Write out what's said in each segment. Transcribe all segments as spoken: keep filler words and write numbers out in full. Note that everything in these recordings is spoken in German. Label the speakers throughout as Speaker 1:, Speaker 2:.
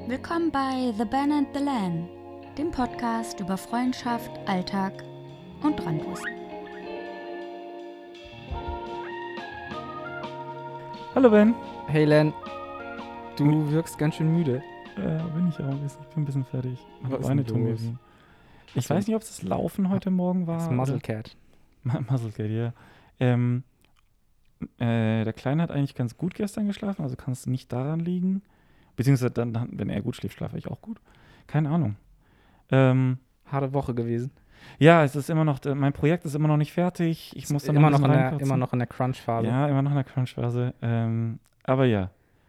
Speaker 1: Willkommen bei The Ben and the Lan, dem Podcast über Freundschaft, Alltag und Randwissen.
Speaker 2: Hallo Ben.
Speaker 3: Hey Len, du wirkst ganz schön müde.
Speaker 2: Ja, bin ich auch ein bisschen. Ich bin ein bisschen fertig. Meine
Speaker 3: Was
Speaker 2: Beine
Speaker 3: ist denn
Speaker 2: tun mir
Speaker 3: los?
Speaker 2: weh. Ich weiß nicht, ob es das Laufen heute Morgen war.
Speaker 3: Das Muzzle Cat.
Speaker 2: Oder? Muzzle Cat, ja. Ähm, äh, der Kleine hat eigentlich ganz gut gestern geschlafen, also kann es nicht daran liegen. Beziehungsweise dann, dann, wenn er gut schläft, schlafe ich auch gut. Keine Ahnung. Ähm,
Speaker 3: Harte Woche gewesen.
Speaker 2: ja, es ist immer noch, mein Projekt ist immer noch nicht fertig. Ich muss da noch
Speaker 3: immer,
Speaker 2: ein
Speaker 3: noch
Speaker 2: bisschen
Speaker 3: in der,
Speaker 2: reinkratzen.
Speaker 3: immer noch in der Crunch-Phase.
Speaker 2: Ja, immer noch in der Crunch-Phase. Ähm, aber ja.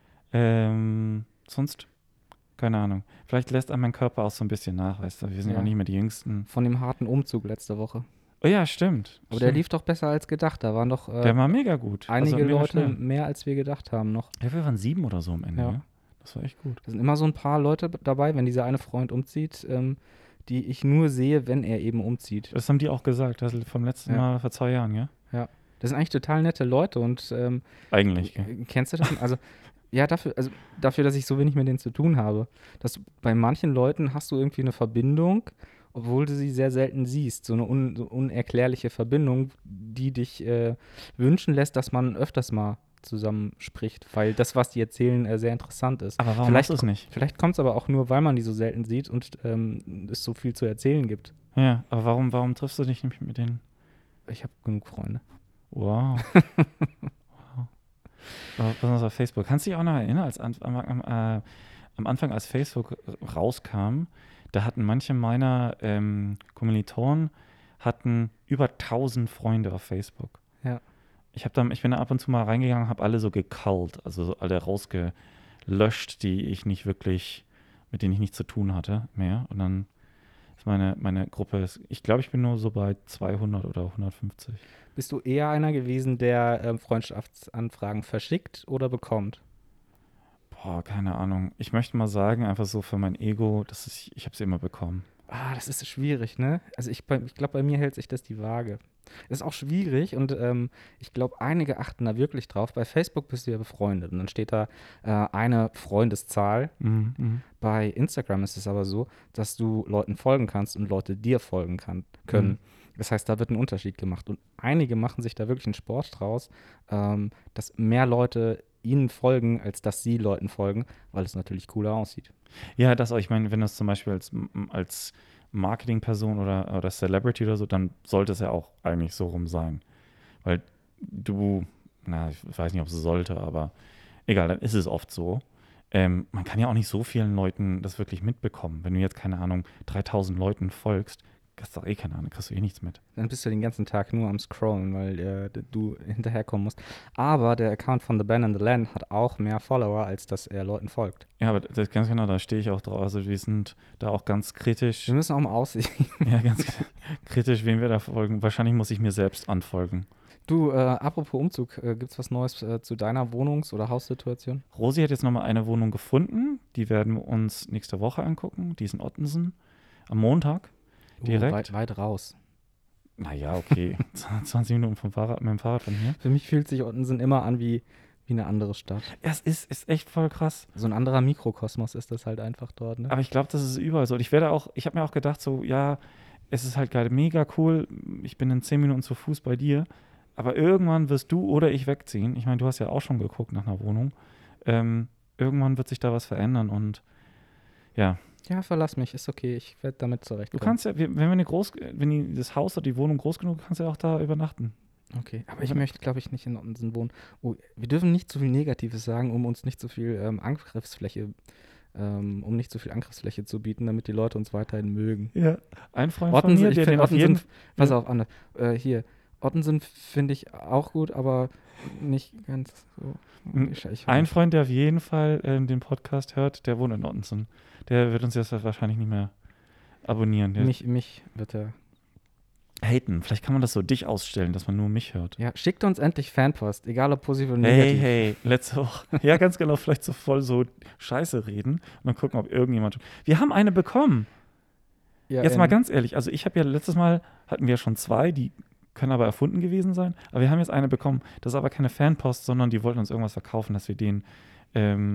Speaker 2: Ähm, sonst, keine Ahnung. Vielleicht lässt einem mein Körper auch so ein bisschen nach, weißt du. Wir sind ja
Speaker 3: Ja.
Speaker 2: auch nicht mehr die Jüngsten.
Speaker 3: Von dem harten Umzug letzte Woche.
Speaker 2: Oh ja, stimmt.
Speaker 3: Aber
Speaker 2: stimmt.
Speaker 3: der lief doch besser als gedacht. Da waren doch äh,
Speaker 2: Der war mega gut.
Speaker 3: einige
Speaker 2: also mega
Speaker 3: Leute
Speaker 2: schnell.
Speaker 3: mehr, als wir gedacht haben noch.
Speaker 2: Ja, wir waren sieben oder so am Ende,
Speaker 3: Ja.
Speaker 2: ja. Das war echt gut.
Speaker 3: Da sind immer so ein paar Leute dabei, wenn dieser eine Freund umzieht, ähm, die ich nur sehe, wenn er eben umzieht.
Speaker 2: Das haben die auch gesagt, das vom letzten
Speaker 3: Ja.
Speaker 2: Mal vor zwei Jahren, ja?
Speaker 3: Das sind eigentlich total nette Leute und ähm,
Speaker 2: Eigentlich, gell?
Speaker 3: Äh, Kennst du das? Also, ja, dafür, also dafür, dass ich so wenig mit denen zu tun habe. Dass du, bei manchen Leuten hast du irgendwie eine Verbindung, obwohl du sie sehr selten siehst. So eine un, so unerklärliche Verbindung, die dich äh, wünschen lässt, dass man öfters mal zusammen spricht, weil das, was die erzählen, äh, sehr interessant ist.
Speaker 2: Aber warum
Speaker 3: Vielleicht
Speaker 2: machst du es nicht?
Speaker 3: Vielleicht kommt es aber auch nur, weil man die so selten sieht und ähm, es so viel zu erzählen gibt.
Speaker 2: Ja, aber warum, warum triffst du dich nicht mit denen?
Speaker 3: Ich habe genug Freunde.
Speaker 2: Wow. wow. Aber besonders auf Facebook. Kannst du dich auch noch erinnern, als an, am, am, äh, am Anfang, als Facebook rauskam, da hatten manche meiner ähm, Kommilitonen hatten über tausend Freunde auf Facebook.
Speaker 3: Ja.
Speaker 2: Ich, hab dann, ich bin da ab und zu mal reingegangen, habe alle so gecullt, also so alle rausgelöscht, die ich nicht wirklich, mit denen ich nichts zu tun hatte mehr. Und dann ist meine, meine Gruppe, ist, ich glaube, ich bin nur so bei zweihundert oder hundertfünfzig.
Speaker 3: Bist du eher einer gewesen, der ähm, Freundschaftsanfragen verschickt oder bekommt?
Speaker 2: Boah, keine Ahnung. Ich möchte mal sagen, einfach so für mein Ego, dass ich, ich habe sie immer bekommen.
Speaker 3: Ah, das ist schwierig, ne? Also ich, bei- ich glaube, bei mir hält sich das die Waage. Das ist auch schwierig und ähm, ich glaube, einige achten da wirklich drauf. Bei Facebook bist du ja befreundet und dann steht da äh, eine Freundeszahl.
Speaker 2: Mhm, mhm.
Speaker 3: Bei Instagram ist es aber so, dass du Leuten folgen kannst und Leute dir folgen kann, können.
Speaker 2: Mhm.
Speaker 3: Das heißt, da wird ein Unterschied gemacht. Und einige machen sich da wirklich einen Sport draus, ähm, dass mehr Leute ihnen folgen, als dass sie Leuten folgen, weil es natürlich cooler aussieht.
Speaker 2: Ja, das auch. Ich meine, wenn das zum Beispiel als, als Marketingperson oder, oder Celebrity oder so, dann sollte es ja auch eigentlich so rum sein. Weil du, na, ich weiß nicht, ob es sollte, aber egal, dann ist es oft so. Ähm, man kann ja auch nicht so vielen Leuten das wirklich mitbekommen. Wenn du jetzt, keine Ahnung, dreitausend Leuten folgst, hast du doch eh keine Ahnung, kriegst du eh nichts mit.
Speaker 3: Dann bist du den ganzen Tag nur am Scrollen, weil äh, d- du hinterherkommen musst. Aber der Account von The Ben and the Lan hat auch mehr Follower, als dass er Leuten folgt.
Speaker 2: Ja, aber das ganz genau, da stehe ich auch drauf. Also wir sind da auch ganz kritisch.
Speaker 3: Wir müssen auch mal aussehen.
Speaker 2: Ja, ganz kritisch, wem wir da folgen. Wahrscheinlich muss ich mir selbst anfolgen.
Speaker 3: Du, äh, apropos Umzug, äh, gibt's was Neues äh, zu deiner Wohnungs- oder Haussituation?
Speaker 2: Rosi hat jetzt nochmal eine Wohnung gefunden. Die werden wir uns nächste Woche angucken. Die ist in Ottensen. Am Montag. Direkt?
Speaker 3: Uh, weit, weit raus.
Speaker 2: Naja, okay. zwanzig Minuten vom Fahrrad, mit dem Fahrrad von hier.
Speaker 3: Für mich fühlt sich Ottensen immer an wie, wie eine andere Stadt.
Speaker 2: Es ist, ist echt voll krass.
Speaker 3: So ein anderer Mikrokosmos ist das halt einfach dort, ne?
Speaker 2: Aber ich glaube, das ist überall so. Und ich werde auch, ich habe mir auch gedacht, so, ja, es ist halt gerade mega cool. Ich bin in zehn Minuten zu Fuß bei dir. Aber irgendwann wirst du oder ich wegziehen. Ich meine, du hast ja auch schon geguckt nach einer Wohnung. Ähm, irgendwann wird sich da was verändern und ja.
Speaker 3: Ja, verlass mich, ist okay, ich werde damit
Speaker 2: Du
Speaker 3: zurechtkommen.
Speaker 2: kannst ja, wenn wir eine groß, wenn die, das Haus oder die Wohnung groß genug ist, kannst du ja auch da übernachten.
Speaker 3: Okay, aber ich möchte, glaube ich, nicht in Ottensen wohnen. Oh, wir dürfen nicht zu viel Negatives sagen, um uns nicht zu viel ähm, Angriffsfläche, ähm, um nicht zu viel Angriffsfläche zu bieten, damit die Leute uns weiterhin mögen.
Speaker 2: Ja. Ein Freund
Speaker 3: Ottensen,
Speaker 2: von mir,
Speaker 3: ich
Speaker 2: der
Speaker 3: find
Speaker 2: den auf jeden
Speaker 3: Ottensen, pass auf, Anne, äh, hier, Ottensen finde ich auch gut, aber nicht ganz so.
Speaker 2: M-
Speaker 3: Ich, ich,
Speaker 2: Ein Freund, der auf jeden Fall ähm, den Podcast hört, der wohnt in Ottensen. Der wird uns jetzt wahrscheinlich nicht mehr abonnieren. Der
Speaker 3: mich, mich wird er.
Speaker 2: haten. Vielleicht kann man das so dich ausstellen, dass man nur mich hört.
Speaker 3: Ja, schickt uns endlich Fanpost, egal ob positiv oder
Speaker 2: Hey,
Speaker 3: negativ.
Speaker 2: hey, letzte Woche. Ja, ganz genau, vielleicht so voll so Scheiße reden und dann gucken, ob irgendjemand. Wir haben eine bekommen.
Speaker 3: Ja,
Speaker 2: Jetzt mal
Speaker 3: ähm,
Speaker 2: ganz ehrlich, also ich habe ja letztes Mal, hatten wir schon zwei, die können aber erfunden gewesen sein, aber wir haben jetzt eine bekommen. Das ist aber keine Fanpost, sondern die wollten uns irgendwas verkaufen, dass wir denen ähm,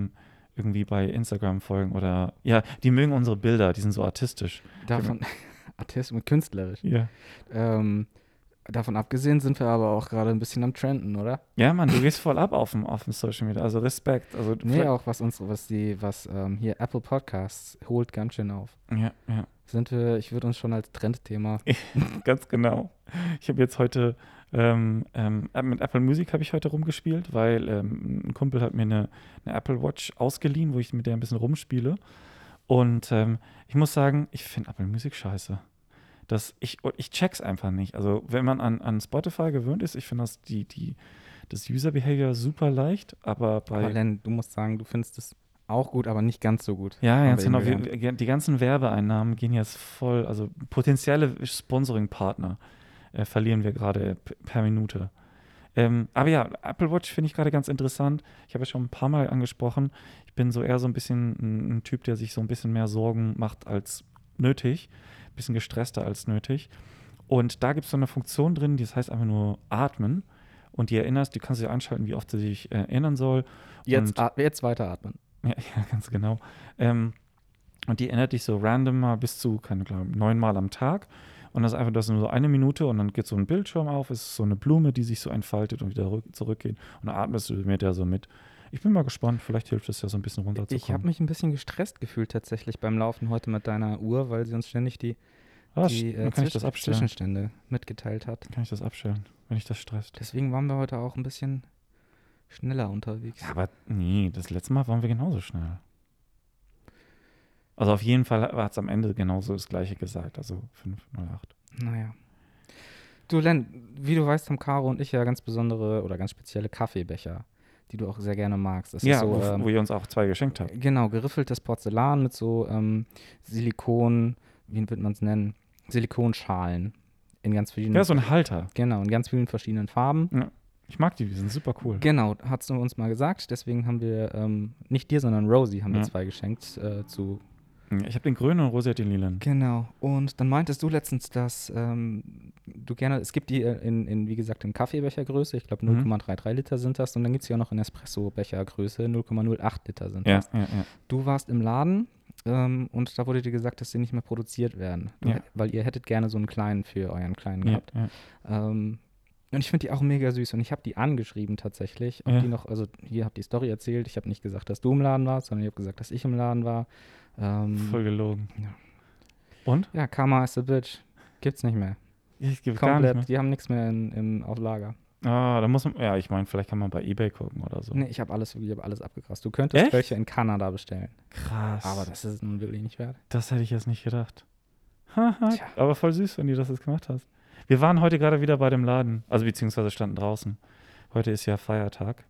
Speaker 2: irgendwie bei Instagram folgen oder, ja, die mögen unsere Bilder, die sind so artistisch.
Speaker 3: Davon, artistisch und künstlerisch.
Speaker 2: Ja.
Speaker 3: Ähm, davon abgesehen sind wir aber auch gerade ein bisschen am Trenden, oder?
Speaker 2: Ja, Mann, du gehst voll ab auf dem, auf dem Social Media, also Respekt. Also,
Speaker 3: Nee,
Speaker 2: vielleicht-
Speaker 3: auch was unsere, was die, was ähm, hier Apple Podcasts holt ganz schön auf.
Speaker 2: Ja, ja.
Speaker 3: Sind wir, ich würde uns schon als Trendthema.
Speaker 2: Ganz genau. Ich habe jetzt heute ähm, ähm, mit Apple Music habe ich heute rumgespielt, weil ähm, ein Kumpel hat mir eine, eine Apple Watch ausgeliehen, wo ich mit der ein bisschen rumspiele. Und ähm, ich muss sagen, ich finde Apple Music scheiße. Das, ich, ich check's einfach nicht. Also wenn man an, an Spotify gewöhnt ist, ich finde das die, die, das User Behavior super leicht, aber bei
Speaker 3: Aber Len, du musst sagen, du findest es auch gut, aber nicht ganz so gut.
Speaker 2: Ja,
Speaker 3: Haben
Speaker 2: ganz
Speaker 3: wir eben
Speaker 2: genau.
Speaker 3: gelernt.
Speaker 2: Wir, die ganzen Werbeeinnahmen gehen jetzt voll, also potenzielle Sponsoring-Partner äh, verlieren wir gerade p- per Minute. Ähm, aber ja, Apple Watch finde ich gerade ganz interessant. Ich habe ja schon ein paar Mal angesprochen. Ich bin so eher so ein bisschen ein, ein Typ, der sich so ein bisschen mehr Sorgen macht als nötig. Ein bisschen gestresster als nötig. Und da gibt es so eine Funktion drin, die heißt einfach nur Atmen. Und die erinnerst, die kannst du dir einschalten, wie oft sie sich äh, erinnern soll.
Speaker 3: Jetzt,
Speaker 2: Und-
Speaker 3: at- jetzt weiteratmen.
Speaker 2: Ja, ja, ganz genau. Ähm, und die erinnert dich so random mal bis zu, keine Ahnung, neunmal am Tag. Und das ist einfach das ist nur so eine Minute und dann geht so ein Bildschirm auf, es ist so eine Blume, die sich so entfaltet und wieder rück, zurückgeht. Und dann atmest du mit der so mit. Ich bin mal gespannt, vielleicht hilft es ja so ein bisschen runterzukommen.
Speaker 3: Ich habe mich ein bisschen gestresst gefühlt tatsächlich beim Laufen heute mit deiner Uhr, weil sie uns ständig die,
Speaker 2: ah,
Speaker 3: die
Speaker 2: dann
Speaker 3: äh,
Speaker 2: kann ich das
Speaker 3: Zwischen-
Speaker 2: abstellen.
Speaker 3: Zwischenstände mitgeteilt hat.
Speaker 2: Kann ich das abstellen, wenn ich das stresst.
Speaker 3: Deswegen waren wir heute auch ein bisschen schneller unterwegs.
Speaker 2: Ja, aber nee, das letzte Mal waren wir genauso schnell. Also auf jeden Fall hat es am Ende genauso das Gleiche gesagt, also fünf null acht.
Speaker 3: Naja. Du, Len, wie du weißt, haben Caro und ich ja ganz besondere oder ganz spezielle Kaffeebecher, die du auch sehr gerne magst. Das
Speaker 2: Ja,
Speaker 3: ist so,
Speaker 2: wo,
Speaker 3: ähm,
Speaker 2: wo ihr uns auch zwei geschenkt habt.
Speaker 3: genau, geriffeltes Porzellan mit so ähm, Silikon, wie wird man es nennen? Silikonschalen in ganz verschiedenen,
Speaker 2: Ja, so ein Halter.
Speaker 3: genau, in ganz vielen verschiedenen Farben.
Speaker 2: Ich mag die, die sind super cool.
Speaker 3: Genau, hast du uns mal gesagt. Deswegen haben wir, ähm, nicht dir, sondern Rosie haben wir
Speaker 2: Ja.
Speaker 3: zwei geschenkt äh, zu.
Speaker 2: Ich habe den grünen und Rosi hat den lilan.
Speaker 3: Genau. Und dann meintest du letztens, dass ähm, du gerne, es gibt die in, in, wie gesagt, in Kaffeebechergröße, ich glaube
Speaker 2: Mhm.
Speaker 3: null Komma dreiunddreißig Liter sind das. Und dann gibt es ja auch noch in Espresso-Bechergröße, null Komma null acht Liter sind
Speaker 2: Ja,
Speaker 3: das.
Speaker 2: ja, ja.
Speaker 3: Du warst im Laden ähm, und da wurde dir gesagt, dass sie nicht mehr produziert werden.
Speaker 2: Ja.
Speaker 3: Weil ihr hättet gerne so einen kleinen für euren kleinen
Speaker 2: ja,
Speaker 3: gehabt.
Speaker 2: ja.
Speaker 3: Ähm, und ich finde die auch mega süß. Und ich habe die angeschrieben tatsächlich. Und
Speaker 2: Ja.
Speaker 3: die noch, also hier habt die Story erzählt. Ich habe nicht gesagt, dass du im Laden warst, sondern ich habe gesagt, dass ich im Laden war. Ähm,
Speaker 2: Voll gelogen.
Speaker 3: ja.
Speaker 2: Und?
Speaker 3: Ja, Karma is a bitch. Gibt's nicht mehr.
Speaker 2: Ich gebe gar nicht
Speaker 3: Komplett.
Speaker 2: mehr.
Speaker 3: Die haben nichts mehr in, im, auf Lager.
Speaker 2: Ah, da muss man, ja, ich meine, vielleicht kann man bei eBay gucken oder so.
Speaker 3: Nee, ich habe alles, ich hab alles abgegrast. Du könntest
Speaker 2: Echt?
Speaker 3: welche in Kanada bestellen.
Speaker 2: Krass.
Speaker 3: Aber das ist nun wirklich nicht wert.
Speaker 2: Das hätte ich jetzt nicht gedacht. Haha,
Speaker 3: Tja.
Speaker 2: aber voll süß, wenn du das jetzt gemacht hast. Wir waren heute gerade wieder bei dem Laden, also beziehungsweise standen draußen. Heute ist ja Feiertag.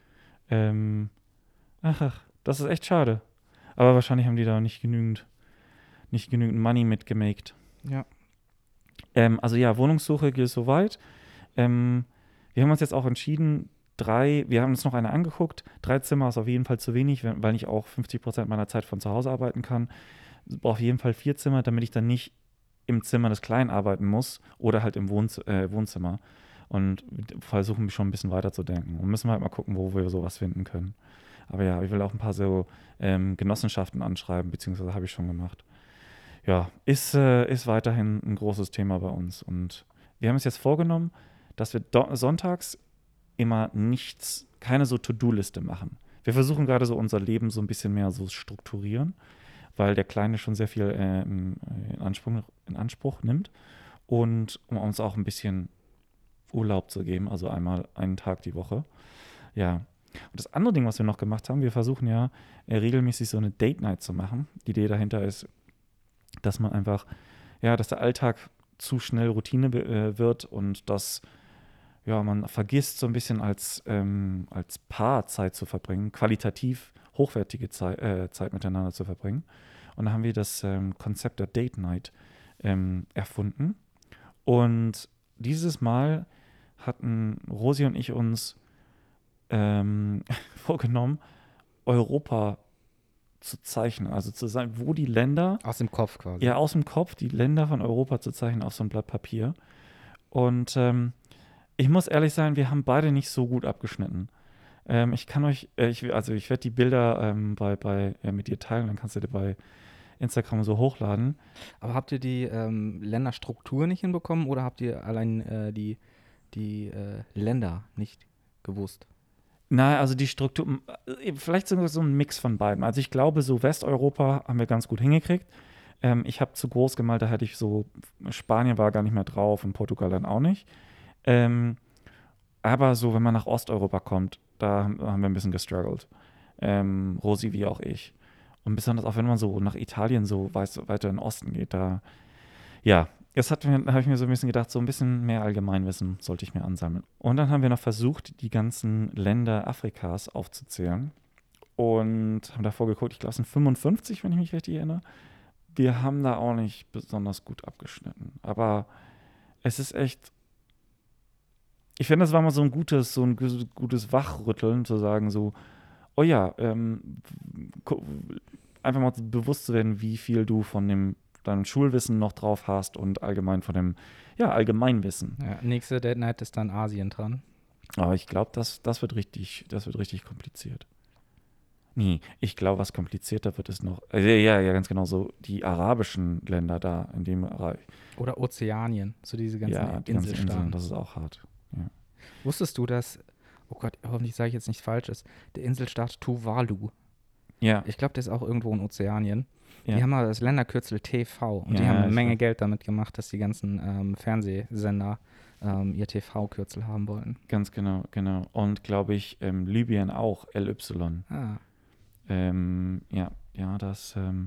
Speaker 2: Ähm, ach, ach, das ist echt schade. Aber wahrscheinlich haben die da nicht genügend, nicht genügend Money mitgemaked.
Speaker 3: Ja.
Speaker 2: Ähm, also ja, Wohnungssuche geht soweit. Ähm, wir haben uns jetzt auch entschieden, drei, wir haben uns noch eine angeguckt. Drei Zimmer ist auf jeden Fall zu wenig, wenn- weil ich auch fünfzig Prozent meiner Zeit von zu Hause arbeiten kann. Ich brauche auf jeden Fall vier Zimmer, damit ich dann nicht im Zimmer des Kleinen arbeiten muss oder halt im Wohnz äh, Wohnzimmer. Und wir versuchen schon ein bisschen weiter zu denken. Und müssen halt mal gucken, wo wir sowas finden können. Aber ja, ich will auch ein paar so ähm, Genossenschaften anschreiben, beziehungsweise habe ich schon gemacht. Ja, ist, äh, ist weiterhin ein großes Thema bei uns. Und wir haben uns jetzt vorgenommen, dass wir do- sonntags immer nichts, keine so To-Do-Liste machen. Wir versuchen gerade so unser Leben so ein bisschen mehr so strukturieren, weil der Kleine schon sehr viel äh, in, Anspruch, in Anspruch nimmt. Und um uns auch ein bisschen Urlaub zu geben, also einmal einen Tag die Woche. Ja. Und das andere Ding, was wir noch gemacht haben, wir versuchen ja äh, regelmäßig so eine Date-Night zu machen. Die Idee dahinter ist, dass man einfach, ja, dass der Alltag zu schnell Routine be- äh, wird und dass ja, man vergisst so ein bisschen als, ähm, als Paar Zeit zu verbringen, qualitativ hochwertige Zei- äh, Zeit miteinander zu verbringen. Und da haben wir das ähm, Konzept der Date Night ähm, erfunden. Und dieses Mal hatten Rosi und ich uns ähm, vorgenommen, Europa zu zeichnen. Also zu sagen, wo die Länder,
Speaker 3: Aus dem Kopf quasi.
Speaker 2: ja aus dem Kopf, die Länder von Europa zu zeichnen auf so ein Blatt Papier. Und ähm, ich muss ehrlich sein, wir haben beide nicht so gut abgeschnitten. Ähm, ich kann euch, äh, ich, also ich werde die Bilder ähm, bei, bei, äh, mit dir teilen, dann kannst du die bei Instagram so hochladen.
Speaker 3: Aber habt ihr die ähm, Länderstruktur nicht hinbekommen oder habt ihr allein äh, die, die äh, Länder nicht gewusst?
Speaker 2: Na, also die Struktur, m- äh, vielleicht sogar so ein Mix von beiden. Also ich glaube, so Westeuropa haben wir ganz gut hingekriegt. Ähm, ich habe zu groß gemalt, da hätte ich so, Spanien war gar nicht mehr drauf und Portugal dann auch nicht. Ähm, aber so, wenn man nach Osteuropa kommt, da haben haben wir ein bisschen gestruggelt. Ähm, Rosi wie auch ich. Und besonders auch wenn man so nach Italien so weiß, weiter in den Osten geht, da, ja, jetzt hat mir, habe ich mir so ein bisschen gedacht, so ein bisschen mehr Allgemeinwissen sollte ich mir ansammeln. Und dann haben wir noch versucht, die ganzen Länder Afrikas aufzuzählen und haben davor geguckt, ich glaube, es sind fünfundfünfzig, wenn ich mich richtig erinnere. Wir haben da auch nicht besonders gut abgeschnitten. Aber es ist echt, ich finde, das war mal so ein gutes, so ein gu- gutes Wachrütteln, zu sagen, so, oh ja, ähm, gu- einfach mal bewusst zu werden, wie viel du von dem deinem Schulwissen noch drauf hast und allgemein von dem, ja, Allgemeinwissen.
Speaker 3: Ja, nächste Date Night ist dann Asien dran.
Speaker 2: Aber ich glaube, das, das wird richtig, das wird richtig kompliziert. Nee, ich glaube, was komplizierter wird, ist noch, äh, ja, ja, ganz genau so, die arabischen Länder da in dem Bereich.
Speaker 3: Oder Ozeanien, so diese ganzen
Speaker 2: Ja, die ganzen
Speaker 3: Inselstaaten.
Speaker 2: Inseln, das ist auch hart.
Speaker 3: Wusstest du, dass, oh Gott, hoffentlich sage ich jetzt nichts Falsches, der Inselstaat Tuvalu,
Speaker 2: Ja,
Speaker 3: ich glaube, der ist auch irgendwo in Ozeanien,
Speaker 2: ja.
Speaker 3: die haben mal das Länderkürzel T V und die
Speaker 2: Ja,
Speaker 3: haben eine
Speaker 2: ich
Speaker 3: Menge
Speaker 2: weiß.
Speaker 3: Geld damit gemacht, dass die ganzen ähm, Fernsehsender ähm, ihr T V-Kürzel haben wollten.
Speaker 2: Ganz genau, genau. Und glaube ich, ähm, Libyen auch, L Y.
Speaker 3: Ah,
Speaker 2: Ähm, ja, ja, das, ähm,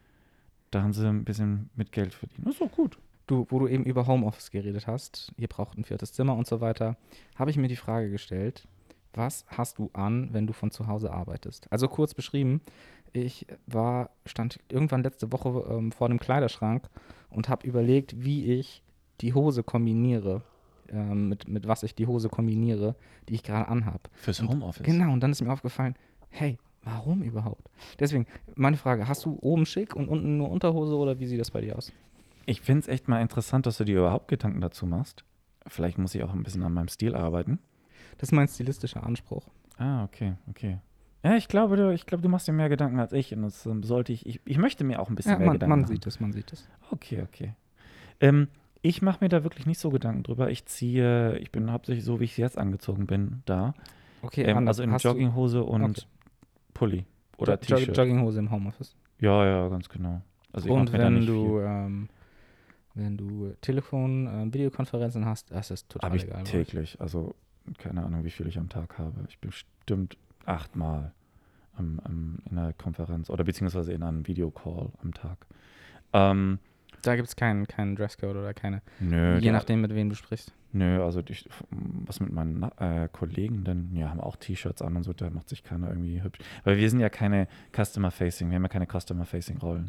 Speaker 2: da haben sie ein bisschen mit Geld verdient. Das ist doch gut.
Speaker 3: du, wo du eben über Homeoffice geredet hast, ihr braucht ein viertes Zimmer und so weiter, habe ich mir die Frage gestellt, was hast du an, wenn du von zu Hause arbeitest? Also kurz beschrieben, ich war, stand irgendwann letzte Woche ähm, vor dem Kleiderschrank und habe überlegt, wie ich die Hose kombiniere, ähm, mit, mit was ich die Hose kombiniere, die ich gerade anhab.
Speaker 2: Fürs
Speaker 3: Und-
Speaker 2: Homeoffice.
Speaker 3: Genau, und dann ist mir aufgefallen, hey, warum überhaupt? Deswegen, meine Frage, hast du oben schick und unten nur Unterhose oder wie sieht das bei dir aus?
Speaker 2: Ich finde es echt mal interessant, dass du dir überhaupt Gedanken dazu machst. Vielleicht muss ich auch ein bisschen an meinem Stil arbeiten.
Speaker 3: Das ist mein stilistischer Anspruch.
Speaker 2: Ah, okay, okay. Ja, ich glaube, du, ich glaube, du machst dir mehr Gedanken als ich. Und das ähm, sollte ich, ich, ich möchte mir auch ein bisschen
Speaker 3: Ja,
Speaker 2: mehr
Speaker 3: man,
Speaker 2: Gedanken
Speaker 3: man
Speaker 2: machen.
Speaker 3: sieht es, man sieht es.
Speaker 2: Okay, okay. Ähm, ich mache mir da wirklich nicht so Gedanken drüber. Ich ziehe, ich bin hauptsächlich so, wie ich jetzt angezogen bin, da.
Speaker 3: Okay,
Speaker 2: Ähm,
Speaker 3: anders.
Speaker 2: also in
Speaker 3: Hast du-
Speaker 2: Jogginghose und
Speaker 3: Okay.
Speaker 2: Pulli oder
Speaker 3: Jo- Jog-
Speaker 2: T-Shirt.
Speaker 3: Jogginghose im Homeoffice.
Speaker 2: Ja, ja, ganz genau. Also ich mach
Speaker 3: Und
Speaker 2: mir da
Speaker 3: wenn
Speaker 2: nicht
Speaker 3: du,
Speaker 2: viel.
Speaker 3: ähm, wenn du Telefon, ähm, Videokonferenzen hast, das ist total
Speaker 2: Habe ich
Speaker 3: egal.
Speaker 2: täglich. Also keine Ahnung, wie viel ich am Tag habe. Ich bin bestimmt achtmal am, am, in einer Konferenz oder beziehungsweise in einem Videocall am Tag. Ähm,
Speaker 3: Da gibt es keinen, keinen Dresscode oder keine,
Speaker 2: nö,
Speaker 3: je
Speaker 2: der-
Speaker 3: nachdem, mit wem du sprichst.
Speaker 2: Nö, also ich, was mit meinen Na- äh, Kollegen denn, ja, haben auch T-Shirts an und so, da macht sich keiner irgendwie hübsch. Weil wir sind ja keine Customer-Facing, wir haben ja keine Customer-Facing-Rollen.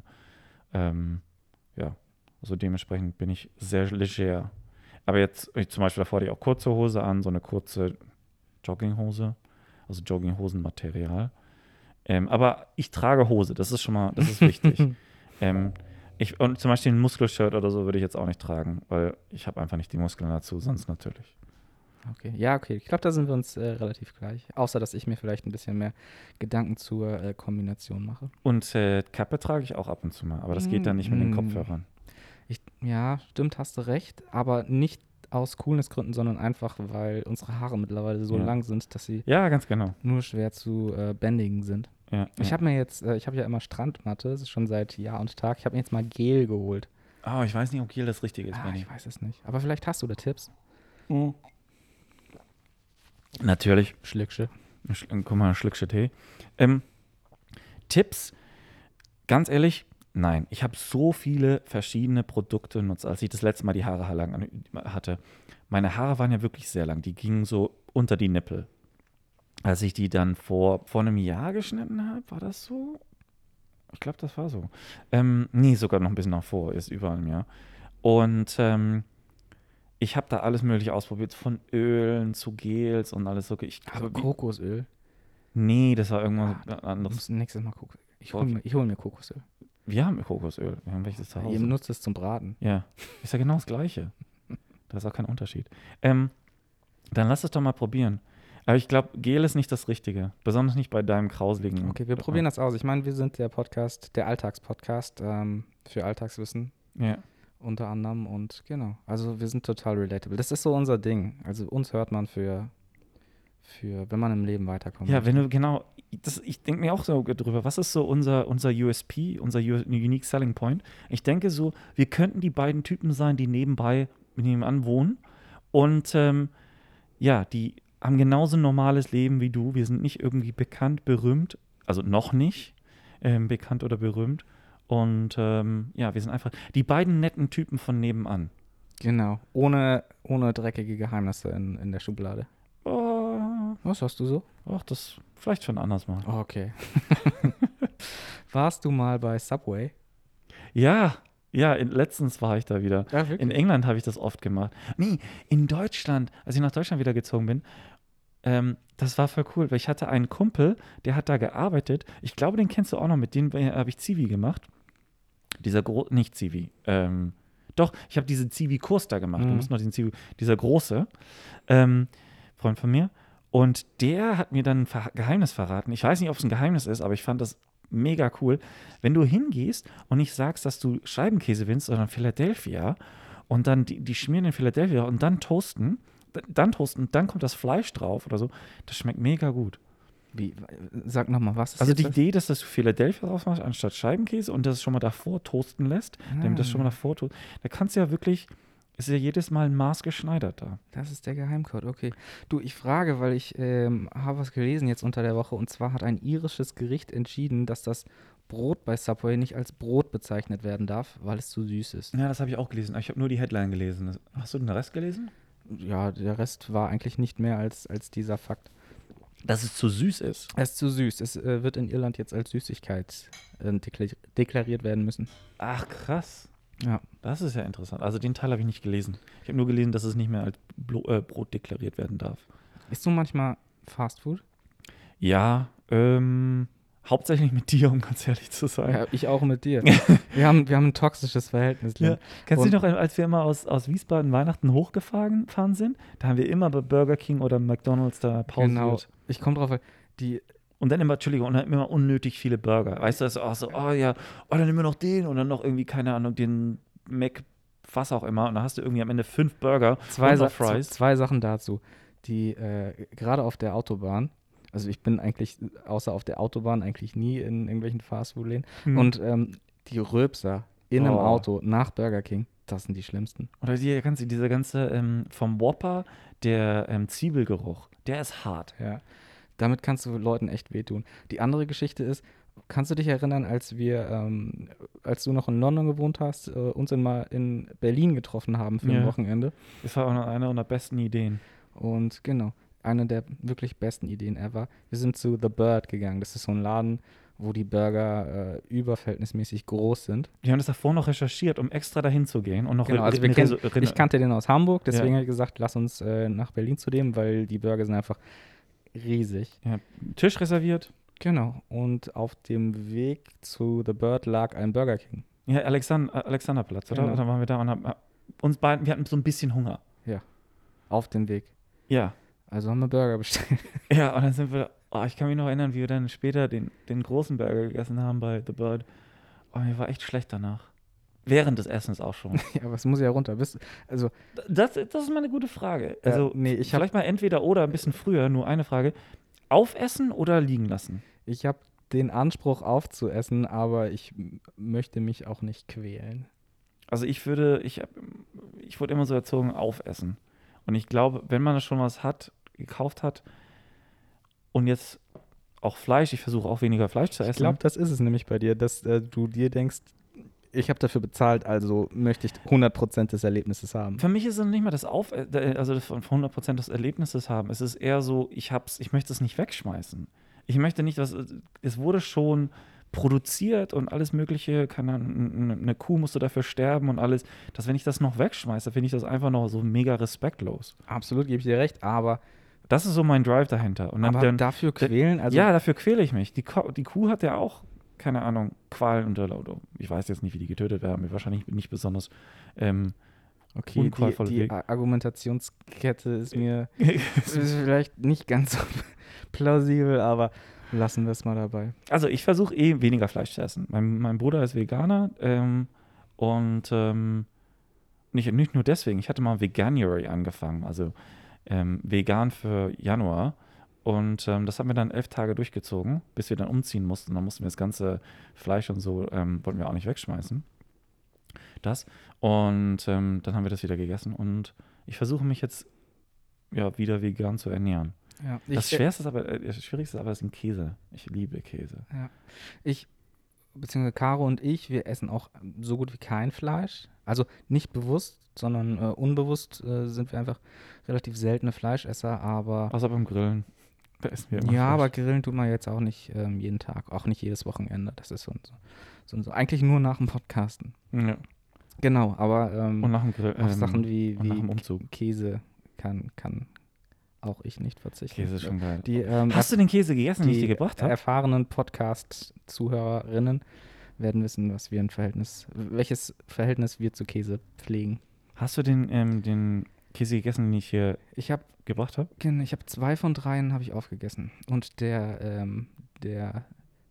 Speaker 2: Ähm, ja, also dementsprechend bin ich sehr leger. Aber jetzt, ich zum Beispiel davor hatte ich auch kurze Hose an, so eine kurze Jogginghose, also Jogginghosenmaterial. Ähm, aber ich trage Hose, das ist schon mal, das ist wichtig. ähm, ich, und zum Beispiel ein Muskelshirt oder so würde ich jetzt auch nicht tragen, weil ich habe einfach nicht die Muskeln dazu, sonst natürlich.
Speaker 3: Okay, ja, okay. Ich glaube, da sind wir uns äh, relativ gleich. Außer, dass ich mir vielleicht ein bisschen mehr Gedanken zur äh, Kombination mache.
Speaker 2: Und äh, Kappe trage ich auch ab und zu mal, aber das geht dann nicht mit den
Speaker 3: Mm.
Speaker 2: Kopfhörern.
Speaker 3: Ich, ja, stimmt, hast du recht. Aber nicht aus Coolness-Gründen, sondern einfach, weil unsere Haare mittlerweile so
Speaker 2: Ja.
Speaker 3: lang sind, dass sie
Speaker 2: Ja, ganz genau.
Speaker 3: nur schwer zu äh, bändigen sind.
Speaker 2: Ja,
Speaker 3: Ich
Speaker 2: ja.
Speaker 3: habe mir jetzt, äh, ich habe ja immer Strandmatte, das ist schon seit Jahr und Tag. Ich habe mir jetzt mal Gel geholt.
Speaker 2: Oh, ich weiß nicht, ob Gel das Richtige ist,
Speaker 3: Ah,
Speaker 2: Benny.
Speaker 3: ich weiß es nicht. Aber vielleicht hast du da Tipps.
Speaker 2: Natürlich.
Speaker 3: Schlücksche.
Speaker 2: Sch- Guck mal, ein Schlückchen Tee. Ähm, Tipps, ganz ehrlich, nein. Ich habe so viele verschiedene Produkte genutzt, als ich das letzte Mal die Haare lang an- hatte. Meine Haare waren ja wirklich sehr lang. Die gingen so unter die Nippel. Als ich die dann vor, vor einem Jahr geschnitten habe, war das so? Ich glaube, das war so. Ähm, nee, sogar noch ein bisschen nach vor, ist über einem Jahr. Und ähm, ich habe da alles Mögliche ausprobiert, von Ölen zu Gels und alles so. Ich,
Speaker 3: Aber Kokosöl.
Speaker 2: nee, das war irgendwas
Speaker 3: Du
Speaker 2: anderes.
Speaker 3: musst nächstes Mal Kokos. Ich hole mir, ich hol mir Kokosöl.
Speaker 2: Wir haben Kokosöl, wir haben welches zu
Speaker 3: Ihr
Speaker 2: Hause.
Speaker 3: nutzt es zum Braten.
Speaker 2: Ja, ist ja genau das Gleiche. Da ist auch kein Unterschied. Ähm, dann lass es doch mal probieren. Aber ich glaube, Gel ist nicht das Richtige. Besonders nicht bei deinem grauseligen.
Speaker 3: Okay, wir probieren das aus. Ich meine, wir sind der Podcast, der Alltagspodcast ähm, für Alltagswissen
Speaker 2: Ja.
Speaker 3: unter anderem und genau. Also wir sind total relatable. Das ist so unser Ding. Also uns hört man für, für wenn man im Leben weiterkommt.
Speaker 2: Ja, wenn du, genau, das, ich denke mir auch so drüber, was ist so unser, unser U S P, unser U- Unique Selling Point? Ich denke so, wir könnten die beiden Typen sein, die nebenbei, nebenan wohnen und ähm, ja, die haben genauso ein normales Leben wie du. Wir sind nicht irgendwie bekannt, berühmt, also noch nicht ähm, bekannt oder berühmt. Und ähm, ja, wir sind einfach die beiden netten Typen von nebenan.
Speaker 3: Genau. Ohne, ohne dreckige Geheimnisse in, in der Schublade.
Speaker 2: Oh,
Speaker 3: Was hast du so?
Speaker 2: ach, das vielleicht für ein anderes Mal.
Speaker 3: Oh, okay. Warst du mal bei Subway?
Speaker 2: Ja, ja, in, letztens war ich da wieder.
Speaker 3: Ja,
Speaker 2: In England habe ich das oft gemacht. Nee, in Deutschland, als ich nach Deutschland wieder gezogen bin, ähm, das war voll cool, weil ich hatte einen Kumpel, der hat da gearbeitet. Ich glaube, den kennst du auch noch, mit dem äh, habe ich Zivi gemacht. Dieser Gro nicht Zivi, ähm, doch, ich habe diesen Zivi-Kurs da gemacht. Du
Speaker 3: Mhm.
Speaker 2: musst noch diesen Zivi, dieser große ähm, Freund von mir. Und der hat mir dann ein Ver Geheimnis verraten. Ich weiß nicht, ob es ein Geheimnis ist, aber ich fand das mega cool. Wenn du hingehst und nicht sagst, dass du Scheibenkäse willst, sondern Philadelphia und dann die, die schmieren in Philadelphia und dann toasten, d- dann toasten, dann kommt das Fleisch drauf oder so. Das schmeckt mega gut.
Speaker 3: Wie, sag nochmal, was ist
Speaker 2: Also
Speaker 3: jetzt
Speaker 2: die
Speaker 3: das?
Speaker 2: Idee, dass du Philadelphia drauf machst anstatt Scheibenkäse und das schon mal davor toasten lässt, damit das schon mal
Speaker 3: Ah,
Speaker 2: davor toast, da kannst du ja wirklich, ist ja jedes Mal ein Maß geschneidert da.
Speaker 3: das ist der Geheimcode, okay. Du, ich frage, weil ich ähm, habe was gelesen jetzt unter der Woche und zwar hat ein irisches Gericht entschieden, dass das Brot bei Subway nicht als Brot bezeichnet werden darf, weil es zu süß ist.
Speaker 2: Ja, das habe ich auch gelesen. Ich habe nur die Headline gelesen. Hast du den Rest gelesen?
Speaker 3: Ja, der Rest war eigentlich nicht mehr als, als dieser Fakt.
Speaker 2: Dass es zu süß ist.
Speaker 3: Es ist zu süß. Es äh, wird in Irland jetzt als Süßigkeit äh, deklar deklariert werden müssen.
Speaker 2: Ach, krass.
Speaker 3: Ja.
Speaker 2: Das ist ja interessant. Also den Teil habe ich nicht gelesen. Ich habe nur gelesen, dass es nicht mehr als Blo äh, Brot deklariert werden darf.
Speaker 3: Isst du manchmal Fast Food?
Speaker 2: Ja, ähm, hauptsächlich mit dir, um ganz ehrlich zu sein.
Speaker 3: Ja, ich auch mit dir. wir, haben, wir haben ein toxisches Verhältnis.
Speaker 2: Ja.
Speaker 3: Lynn.
Speaker 2: Kannst du dich
Speaker 3: Und-
Speaker 2: noch, als wir immer aus, aus Wiesbaden Weihnachten hochgefahren gefahren sind? Da haben wir immer bei Burger King oder McDonalds da pausiert.
Speaker 3: Genau. Ich komme drauf, weil die,
Speaker 2: Und dann immer, Entschuldigung, und dann immer unnötig viele Burger. Weißt du, das ist auch so, oh ja, oh, dann nehmen wir noch den und dann noch irgendwie, keine Ahnung, den Mac, was auch immer. Und dann hast du irgendwie am Ende fünf Burger
Speaker 3: zwei,
Speaker 2: und
Speaker 3: Sa
Speaker 2: noch Fries.
Speaker 3: zwei Sachen dazu. Die, äh, gerade auf der Autobahn, also ich bin eigentlich, außer auf der Autobahn, eigentlich nie in irgendwelchen Fastfood-Läden.
Speaker 2: Hm.
Speaker 3: Und ähm, die Röpser in einem
Speaker 2: Oh.
Speaker 3: Auto nach Burger King, das sind die schlimmsten.
Speaker 2: Oder die ganze, dieser ganze ähm, vom Whopper, der ähm, Zwiebelgeruch, der ist hart.
Speaker 3: Ja. Damit kannst du Leuten echt wehtun. Die andere Geschichte ist, kannst du dich erinnern, als wir, ähm, als du noch in London gewohnt hast, äh, uns in, mal in Berlin getroffen haben für
Speaker 2: Ja.
Speaker 3: ein Wochenende?
Speaker 2: Das war auch noch eine unserer besten Ideen.
Speaker 3: Und genau, eine der wirklich besten Ideen ever. Wir sind zu The Bird gegangen. Das ist so ein Laden, wo die Burger äh, überverhältnismäßig groß sind.
Speaker 2: Die haben das davor noch recherchiert, um extra dahin zu gehen und noch
Speaker 3: Genau,
Speaker 2: re-
Speaker 3: also wir
Speaker 2: eine
Speaker 3: kennen-
Speaker 2: Reso- Re-
Speaker 3: Ich kannte den aus Hamburg, deswegen
Speaker 2: Ja.
Speaker 3: habe ich gesagt, lass uns äh, nach Berlin zu dem, weil die Burger sind einfach riesig.
Speaker 2: ja, Tisch reserviert.
Speaker 3: Genau. Und auf dem Weg zu The Bird lag ein Burger King.
Speaker 2: Ja, Alexand Alexanderplatz, oder?
Speaker 3: Genau.
Speaker 2: Da waren wir da und haben, uns beiden, wir hatten so ein bisschen Hunger.
Speaker 3: Auf dem Weg.
Speaker 2: Ja.
Speaker 3: Also haben wir Burger bestellt.
Speaker 2: Ja, und dann sind wir, oh, ich kann mich noch erinnern, wie wir dann später den, den großen Burger gegessen haben bei The Bird. Oh, mir war echt schlecht danach. Während des Essens auch schon.
Speaker 3: Ja, aber es muss ja runter. Bist, also,
Speaker 2: Das, das ist mal eine gute Frage.
Speaker 3: Äh,
Speaker 2: Also,
Speaker 3: nee, ich hab-
Speaker 2: vielleicht mal entweder oder ein bisschen früher, nur eine Frage. Aufessen oder liegen lassen?
Speaker 3: ich habe den Anspruch aufzuessen, aber ich m- möchte mich auch nicht quälen.
Speaker 2: Also ich würde, ich, hab, ich wurde immer so erzogen, aufessen. Und ich glaube, wenn man schon was hat, gekauft hat und jetzt auch Fleisch, ich versuche auch weniger Fleisch zu essen.
Speaker 3: Ich glaube, das ist es nämlich bei dir, dass äh, du dir denkst, ich habe dafür bezahlt, also möchte ich hundert Prozent des Erlebnisses haben.
Speaker 2: Für mich ist es nicht mal das Auf, äh, also das von hundert Prozent des Erlebnisses haben. Es ist eher so, ich hab's, ich möchte es nicht wegschmeißen. Ich möchte nicht, dass es wurde schon produziert und alles Mögliche, keine Ahnung, eine Kuh musste dafür sterben und alles, dass wenn ich das noch wegschmeiße, finde ich das einfach noch so mega respektlos.
Speaker 3: Absolut, gebe ich dir recht, aber,
Speaker 2: Das ist so mein Drive dahinter. Und dann,
Speaker 3: aber
Speaker 2: dann,
Speaker 3: dafür quälen, also
Speaker 2: ja, dafür quäle ich mich. Die, Ko die Kuh hat ja auch, keine Ahnung, Qualen unter, oder ich weiß jetzt nicht, wie die getötet werden, wahrscheinlich nicht besonders ähm,
Speaker 3: Okay, die,
Speaker 2: unqualvolle
Speaker 3: die
Speaker 2: Weg.
Speaker 3: A- Argumentationskette ist mir ist vielleicht nicht ganz so plausibel, aber lassen wir es mal dabei.
Speaker 2: Also ich versuche eh weniger Fleisch zu essen. Mein, mein Bruder ist Veganer ähm, und ähm, nicht, nicht nur deswegen. Ich hatte mal Veganuary angefangen, also ähm, vegan für Januar. Und ähm, das haben wir dann elf Tage durchgezogen, bis wir dann umziehen mussten. Dann mussten wir das ganze Fleisch und so, ähm, wollten wir auch nicht wegschmeißen. Das. Und ähm, dann haben wir das wieder gegessen. Und ich versuche mich jetzt ja wieder vegan zu ernähren.
Speaker 3: Ja,
Speaker 2: Das
Speaker 3: ich,
Speaker 2: Schwerste ist aber, äh, das Schwierigste ist aber ist ein Käse. Ich liebe Käse.
Speaker 3: Ja. Ich, beziehungsweise Caro und ich, wir essen auch so gut wie kein Fleisch. Also nicht bewusst, sondern äh, unbewusst äh, sind wir einfach relativ seltene Fleischesser, aber
Speaker 2: Außer beim Grillen. Da essen wir immer
Speaker 3: ja,
Speaker 2: Fleisch.
Speaker 3: aber grillen tut man jetzt auch nicht ähm, jeden Tag, auch nicht jedes Wochenende. Das ist so, so, so, so eigentlich nur nach dem Podcasten.
Speaker 2: Ja.
Speaker 3: Genau, aber ähm,
Speaker 2: Und nach dem Grill.
Speaker 3: auf
Speaker 2: ähm,
Speaker 3: Sachen wie,
Speaker 2: und nach
Speaker 3: wie
Speaker 2: dem Umzug.
Speaker 3: Käse kann, kann auch ich nicht verzichten.
Speaker 2: Käse ist schon geil.
Speaker 3: Die, ähm,
Speaker 2: Hast du den Käse gegessen, den ich
Speaker 3: die
Speaker 2: dir gebracht habe?
Speaker 3: erfahrenen Podcast-Zuhörerinnen werden wissen, was wir ein Verhältnis, welches Verhältnis wir zu Käse pflegen.
Speaker 2: Hast du den, ähm, den Käse gegessen, den ich hier
Speaker 3: Ich habe
Speaker 2: gebracht habe?
Speaker 3: ich habe zwei von dreien habe ich aufgegessen und der ähm, der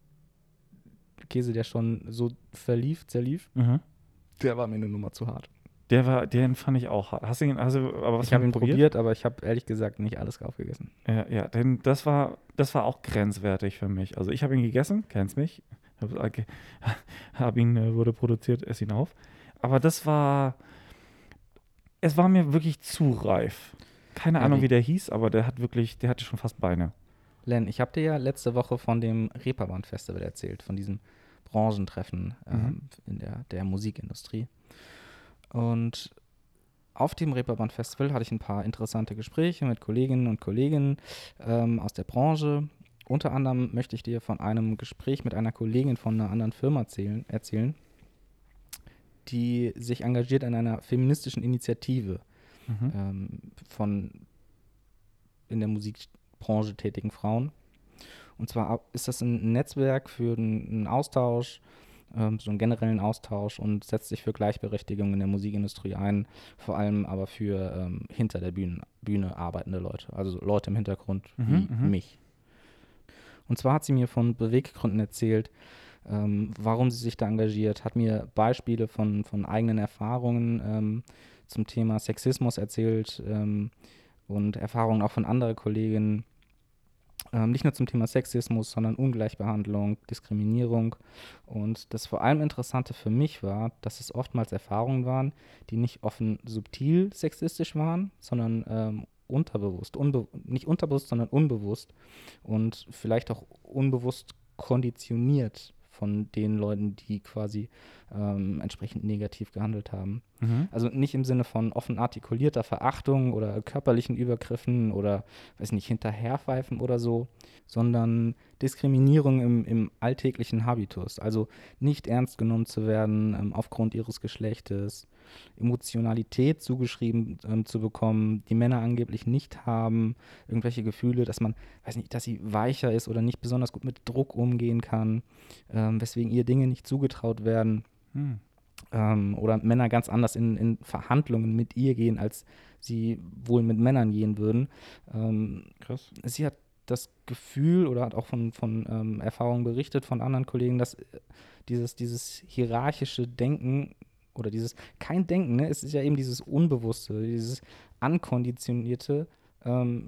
Speaker 3: Käse, der schon so verlief, zerlief,
Speaker 2: Mhm.
Speaker 3: der war mir eine Nummer zu hart.
Speaker 2: Der war, den fand ich auch hart. Hast du ihn, also, aber was
Speaker 3: Ich habe
Speaker 2: von
Speaker 3: ihn probiert, aber ich habe ehrlich gesagt nicht alles aufgegessen.
Speaker 2: Ja, ja, denn das war, das war auch grenzwertig für mich. Also ich habe ihn gegessen, kennst mich, habe hab ihn, äh, wurde produziert, ess ihn auf. Aber das war, es war mir wirklich zu reif. Keine
Speaker 3: Ja,
Speaker 2: Ahnung,
Speaker 3: wie-
Speaker 2: wie der hieß, aber der hat wirklich, der hatte schon fast Beine.
Speaker 3: Len, ich habe dir ja letzte Woche von dem Reeperbahn-Festival erzählt, von diesem Branchentreffen ähm,
Speaker 2: Mhm.
Speaker 3: in der, der Musikindustrie. Und auf dem Reeperbahn-Festival hatte ich ein paar interessante Gespräche mit Kolleginnen und Kollegen ähm, aus der Branche. Unter anderem möchte ich dir von einem Gespräch mit einer Kollegin von einer anderen Firma erzählen, erzählen die sich engagiert in einer feministischen Initiative
Speaker 2: Mhm.
Speaker 3: ähm, von in der Musikbranche tätigen Frauen. Und zwar ist das ein Netzwerk für einen Austausch, ähm, so einen generellen Austausch und setzt sich für Gleichberechtigung in der Musikindustrie ein, vor allem aber für ähm, hinter der Bühne, Bühne arbeitende Leute, also Leute im Hintergrund
Speaker 2: Mhm,
Speaker 3: wie
Speaker 2: mhm.
Speaker 3: mich. Und zwar hat sie mir von Beweggründen erzählt, ähm, warum sie sich da engagiert, hat mir Beispiele von, von eigenen Erfahrungen ähm, zum Thema Sexismus erzählt ähm, und Erfahrungen auch von anderen Kolleginnen, ähm, nicht nur zum Thema Sexismus, sondern Ungleichbehandlung, Diskriminierung. Und das vor allem Interessante für mich war, dass es oftmals Erfahrungen waren, die nicht offen subtil sexistisch waren, sondern ähm, unterbewusst, unbe nicht unterbewusst, sondern unbewusst und vielleicht auch unbewusst konditioniert von den Leuten, die quasi ähm, entsprechend negativ gehandelt haben.
Speaker 2: Mhm.
Speaker 3: Also nicht im Sinne von offen artikulierter Verachtung oder körperlichen Übergriffen oder, weiß nicht, hinterherpfeifen oder so, sondern Diskriminierung im, im alltäglichen Habitus. Also nicht ernst genommen zu werden ähm, aufgrund ihres Geschlechtes, Emotionalität zugeschrieben ähm, zu bekommen, die Männer angeblich nicht haben, irgendwelche Gefühle, dass man, weiß nicht, dass sie weicher ist oder nicht besonders gut mit Druck umgehen kann, ähm, weswegen ihr Dinge nicht zugetraut werden.
Speaker 2: Mhm.
Speaker 3: Ähm, oder Männer ganz anders in, in Verhandlungen mit ihr gehen, als sie wohl mit Männern gehen würden. Ähm,
Speaker 2: Krass.
Speaker 3: sie hat das Gefühl oder hat auch von, von ähm, Erfahrungen berichtet von anderen Kollegen, dass äh, dieses, dieses hierarchische Denken oder dieses, kein Denken, ne? Es ist ja eben dieses Unbewusste, dieses Ankonditionierte, ähm,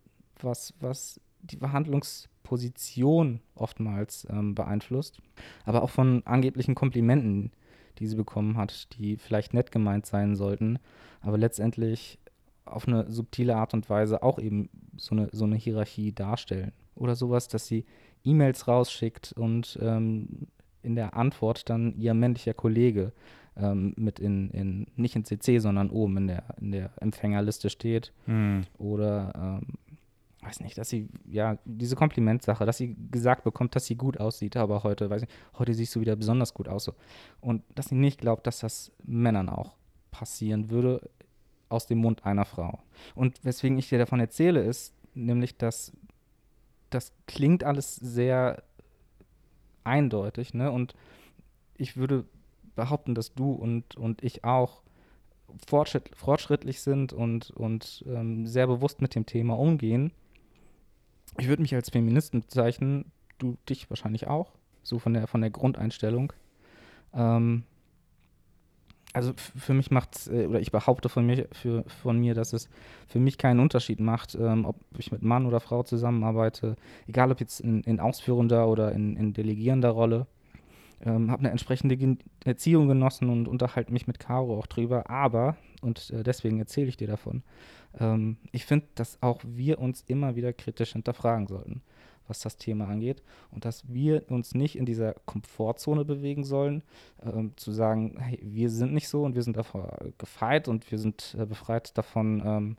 Speaker 3: was, was die Verhandlungsposition oftmals ähm, beeinflusst, aber auch von angeblichen Komplimenten, die sie bekommen hat, die vielleicht nett gemeint sein sollten, aber letztendlich auf eine subtile Art und Weise auch eben so eine, so eine Hierarchie darstellen. Oder sowas, dass sie E-Mails rausschickt und ähm, in der Antwort dann ihr männlicher Kollege ähm, mit in, in, nicht in C C, sondern oben in der, in der Empfängerliste steht.
Speaker 2: Mhm.
Speaker 3: Oder, ähm, weiß nicht, dass sie, ja, diese Komplimentsache, dass sie gesagt bekommt, dass sie gut aussieht, aber heute, weiß nicht, heute siehst du wieder besonders gut aus. So. Und dass sie nicht glaubt, dass das Männern auch passieren würde aus dem Mund einer Frau. Und weswegen ich dir davon erzähle, ist nämlich, dass das klingt alles sehr eindeutig, ne? Und ich würde behaupten, dass du und, und ich auch fortschritt, fortschrittlich sind und, und ähm, sehr bewusst mit dem Thema umgehen. Ich würde mich als Feministen bezeichnen, du dich wahrscheinlich auch, so von der, von der Grundeinstellung. Ähm, also f- für mich macht äh, oder ich behaupte von mir, für, von mir, dass es für mich keinen Unterschied macht, ähm, ob ich mit Mann oder Frau zusammenarbeite, egal ob jetzt in, in ausführender oder in, in delegierender Rolle. Ähm, habe eine entsprechende Gen Erziehung genossen und unterhalte mich mit Caro auch drüber, aber, und äh, deswegen erzähle ich dir davon, ähm, ich finde, dass auch wir uns immer wieder kritisch hinterfragen sollten, was das Thema angeht und dass wir uns nicht in dieser Komfortzone bewegen sollen, ähm, zu sagen, hey, wir sind nicht so und wir sind davor gefeit und wir sind äh, befreit davon, ähm,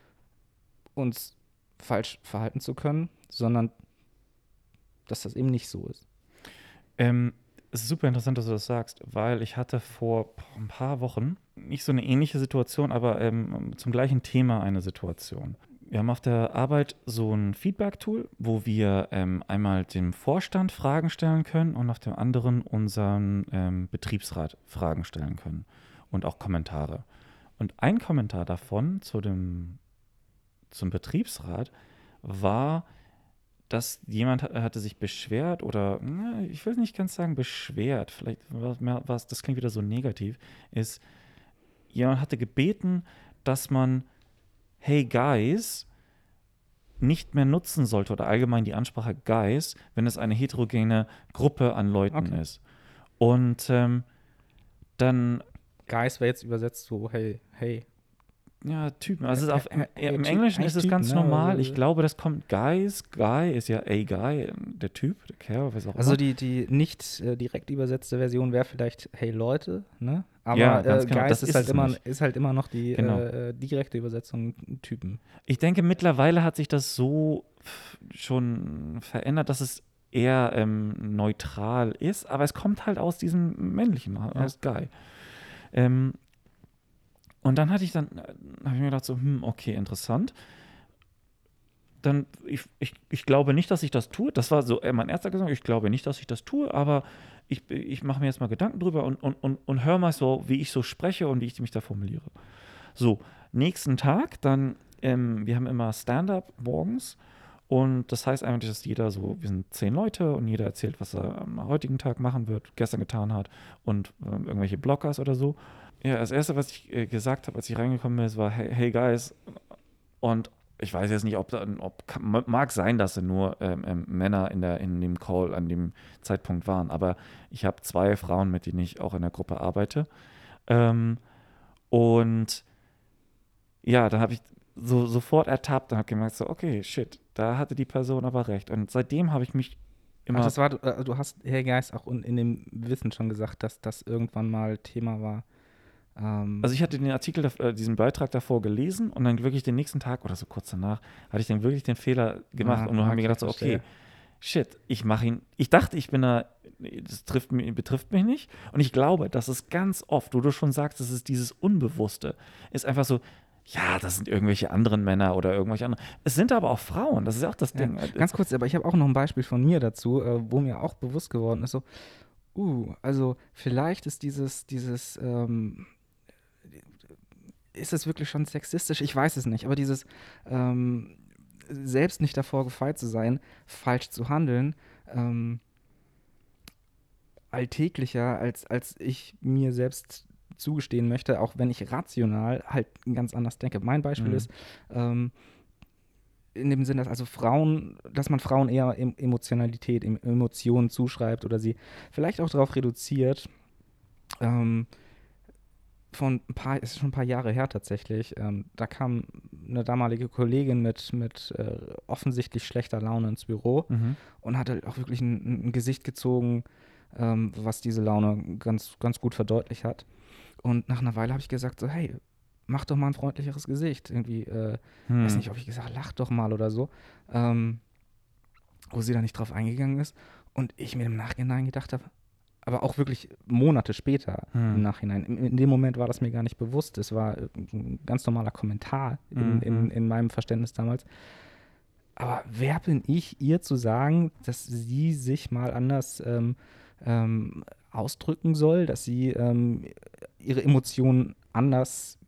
Speaker 3: uns falsch verhalten zu können, sondern dass das eben nicht so ist.
Speaker 2: Ähm, es ist super interessant, dass du das sagst, weil ich hatte vor boah, ein paar Wochen nicht so eine ähnliche Situation, aber ähm, zum gleichen Thema eine Situation. Wir haben auf der Arbeit so ein Feedback-Tool, wo wir ähm, einmal dem Vorstand Fragen stellen können und auf dem anderen unseren ähm, Betriebsrat Fragen stellen können und auch Kommentare. Und ein Kommentar davon zu dem, zum Betriebsrat war, dass jemand ha- hatte sich beschwert oder, na, ich will nicht ganz sagen beschwert, vielleicht war mehr was, das klingt wieder so negativ, ist, jemand hatte gebeten, dass man Hey Guys nicht mehr nutzen sollte oder allgemein die Ansprache Guys, wenn es eine heterogene Gruppe an Leuten
Speaker 3: Okay.
Speaker 2: ist. Und ähm, dann
Speaker 3: Guys wäre jetzt übersetzt so, hey, hey.
Speaker 2: ja, Typen. Also es ist auf, im,
Speaker 3: Hey,
Speaker 2: im
Speaker 3: Ty-
Speaker 2: Englischen
Speaker 3: eigentlich
Speaker 2: ist es
Speaker 3: Typen,
Speaker 2: ganz
Speaker 3: ne?
Speaker 2: normal. Ich
Speaker 3: Also,
Speaker 2: glaube, das kommt Guys. Guy ist ja a Guy, der Typ, der Kerl, was auch
Speaker 3: also
Speaker 2: immer.
Speaker 3: die, die nicht äh, direkt übersetzte Version wäre vielleicht Hey Leute, ne?
Speaker 2: Ja,
Speaker 3: Aber
Speaker 2: ganz
Speaker 3: äh,
Speaker 2: genau.
Speaker 3: Guys
Speaker 2: Das
Speaker 3: ist
Speaker 2: ist
Speaker 3: halt
Speaker 2: es
Speaker 3: immer,
Speaker 2: nicht.
Speaker 3: ist halt immer noch die
Speaker 2: Genau.
Speaker 3: äh, direkte Übersetzung Typen.
Speaker 2: Ich denke, mittlerweile hat sich das so f- schon verändert, dass es eher ähm, neutral ist, aber es kommt halt aus diesem männlichen,
Speaker 3: Ja.
Speaker 2: aus Guy. Ähm, und dann hatte ich dann, äh, habe ich mir gedacht so, hm, okay, interessant. Dann, ich, ich, ich glaube nicht, dass ich das tue. Das war so äh, mein erster Gedanke, ich glaube nicht, dass ich das tue, aber ich, ich mache mir jetzt mal Gedanken drüber und, und, und, und höre mal so, wie ich so spreche und wie ich mich da formuliere. So, nächsten Tag, dann, ähm, wir haben immer Stand-up morgens und das heißt eigentlich, dass jeder so, wir sind zehn Leute und jeder erzählt, was er am heutigen Tag machen wird, gestern getan hat und ähm, irgendwelche Blockers oder so. Ja, das erste, was ich äh, gesagt habe, als ich reingekommen bin, war, hey, hey Guys, und ich weiß jetzt nicht, ob, da, ob mag sein, dass da nur ähm, ähm, Männer in, der, in dem Call an dem Zeitpunkt waren, aber ich habe zwei Frauen, mit denen ich auch in der Gruppe arbeite. Ähm, und ja, dann habe ich so sofort ertappt und habe gemerkt, so, okay, shit, da hatte die Person aber recht. Und seitdem habe ich mich immer.
Speaker 3: Ach, das war, äh, du hast Hey Guys auch in, in dem Wissen schon gesagt, dass das irgendwann mal Thema war. Ähm,
Speaker 2: Also ich hatte den Artikel, äh, diesen Beitrag davor gelesen und dann wirklich den nächsten Tag oder so kurz danach hatte ich dann wirklich den Fehler gemacht
Speaker 3: ah,
Speaker 2: und dann habe
Speaker 3: okay,
Speaker 2: mir gedacht, so,
Speaker 3: verstehe.
Speaker 2: okay, shit, ich mache ihn, ich dachte, ich bin da, das trifft, mich- betrifft mich nicht. Und ich glaube, dass es ganz oft, wo du schon sagst, es ist dieses Unbewusste, ist einfach so, ja, das sind irgendwelche anderen Männer oder irgendwelche anderen. Es sind aber auch Frauen, das ist ja auch das
Speaker 3: Ja,
Speaker 2: Ding.
Speaker 3: ganz kurz, aber ich habe auch noch ein Beispiel von mir dazu, äh, wo mir auch bewusst geworden ist, so, uh, also vielleicht ist dieses, dieses, ähm, ist es wirklich schon sexistisch? Ich weiß es nicht, aber dieses ähm, selbst nicht davor gefeit zu sein, falsch zu handeln, ähm, alltäglicher, als, als ich mir selbst zugestehen möchte, auch wenn ich rational halt ganz anders denke. Mein Beispiel
Speaker 2: Mhm.
Speaker 3: ist, ähm, in dem Sinne, dass also Frauen, dass man Frauen eher em Emotionalität, em Emotionen zuschreibt oder sie vielleicht auch darauf reduziert. Ähm, von ein paar, es ist schon ein paar Jahre her tatsächlich, ähm, da kam eine damalige Kollegin mit, mit äh, offensichtlich schlechter Laune ins Büro
Speaker 2: Mhm.
Speaker 3: und hat halt auch wirklich ein, ein Gesicht gezogen, ähm, was diese Laune ganz, ganz gut verdeutlicht hat. Und nach einer Weile habe ich gesagt, so, hey, mach doch mal ein freundlicheres Gesicht. Irgendwie, äh, weiß
Speaker 2: Hm.
Speaker 3: nicht, ob ich gesagt, lach doch mal oder so. Ähm, wo sie da nicht drauf eingegangen ist. Und ich mir im Nachhinein gedacht habe, aber auch wirklich Monate später
Speaker 2: Hm.
Speaker 3: im Nachhinein. In, in dem Moment war das mir gar nicht bewusst. Es war äh, ein ganz normaler Kommentar in, in,
Speaker 2: Mhm.
Speaker 3: in meinem Verständnis damals. Aber wer bin ich, ihr zu sagen, dass sie sich mal anders ähm, ähm, ausdrücken soll, dass sie ähm, ihre Emotionen anders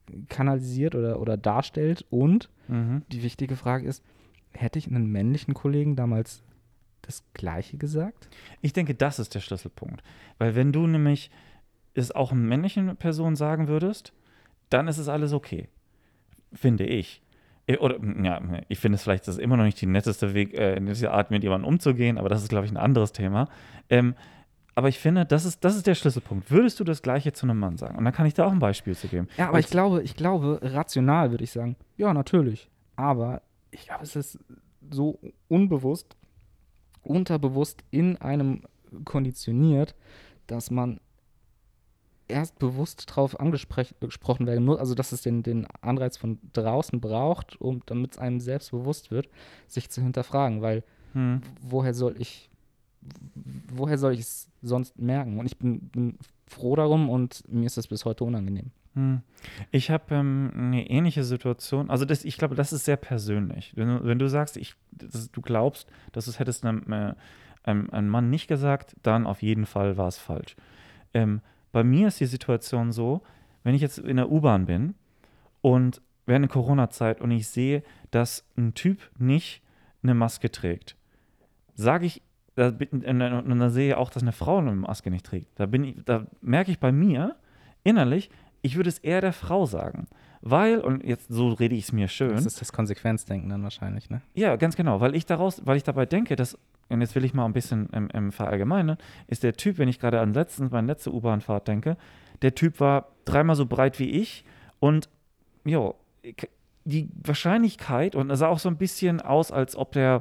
Speaker 3: kanalisiert oder, oder darstellt. Und
Speaker 2: Mhm.
Speaker 3: die wichtige Frage ist, hätte ich einen männlichen Kollegen damals das Gleiche gesagt?
Speaker 2: Ich denke, das ist der Schlüsselpunkt. Weil wenn du nämlich es auch einer männlichen Person sagen würdest, dann ist es alles okay. Finde ich. Eh, Oder, ja, ich finde es vielleicht, das ist immer noch nicht die netteste Weg, äh, netteste Art, mit jemandem umzugehen, aber das ist, glaube ich, ein anderes Thema. Ähm, aber ich finde, das ist, das ist der Schlüsselpunkt. Würdest du das Gleiche zu einem Mann sagen? Und dann kann ich da auch ein Beispiel zu geben.
Speaker 3: Ja, aber ich glaube, ich glaube, rational würde ich sagen, ja, natürlich. Aber ich glaube, es ist so unbewusst, unterbewusst in einem konditioniert, dass man erst bewusst darauf angesprochen werden muss, also dass es den, den Anreiz von draußen braucht, um, damit es einem selbst bewusst wird, sich zu hinterfragen, weil
Speaker 2: Hm.
Speaker 3: woher soll ich, woher soll ich es sonst merken? Und ich bin, bin froh darum und mir ist das bis heute unangenehm.
Speaker 2: Hm. Ich habe ähm, eine ähnliche Situation. Also das, ich glaube, das ist sehr persönlich. Wenn, du- wenn du sagst, ich, das, du glaubst, dass du es hättest einem, äh, einem, einem Mann nicht gesagt, dann auf jeden Fall war es falsch. Ähm, bei mir ist die Situation so, wenn ich jetzt in der U-Bahn bin und während der Corona-Zeit und ich sehe, dass ein Typ nicht eine Maske trägt, sage ich, da, bin- und dann und dann sehe ich auch, dass eine Frau eine Maske nicht trägt. Da, bin ich, da merke ich bei mir innerlich, ich würde es eher der Frau sagen. Weil, und jetzt so rede ich es mir schön,
Speaker 3: Das ist das Konsequenzdenken dann wahrscheinlich, ne?
Speaker 2: ja, ganz genau, weil ich daraus, weil ich dabei denke, dass, und jetzt will ich mal ein bisschen ähm, ähm, verallgemeinern, ist der Typ, wenn ich gerade an letztens, meine letzte U-Bahn-Fahrt denke, der Typ war dreimal so breit wie ich und jo, ich- die Wahrscheinlichkeit, und er sah auch so ein bisschen aus, als ob der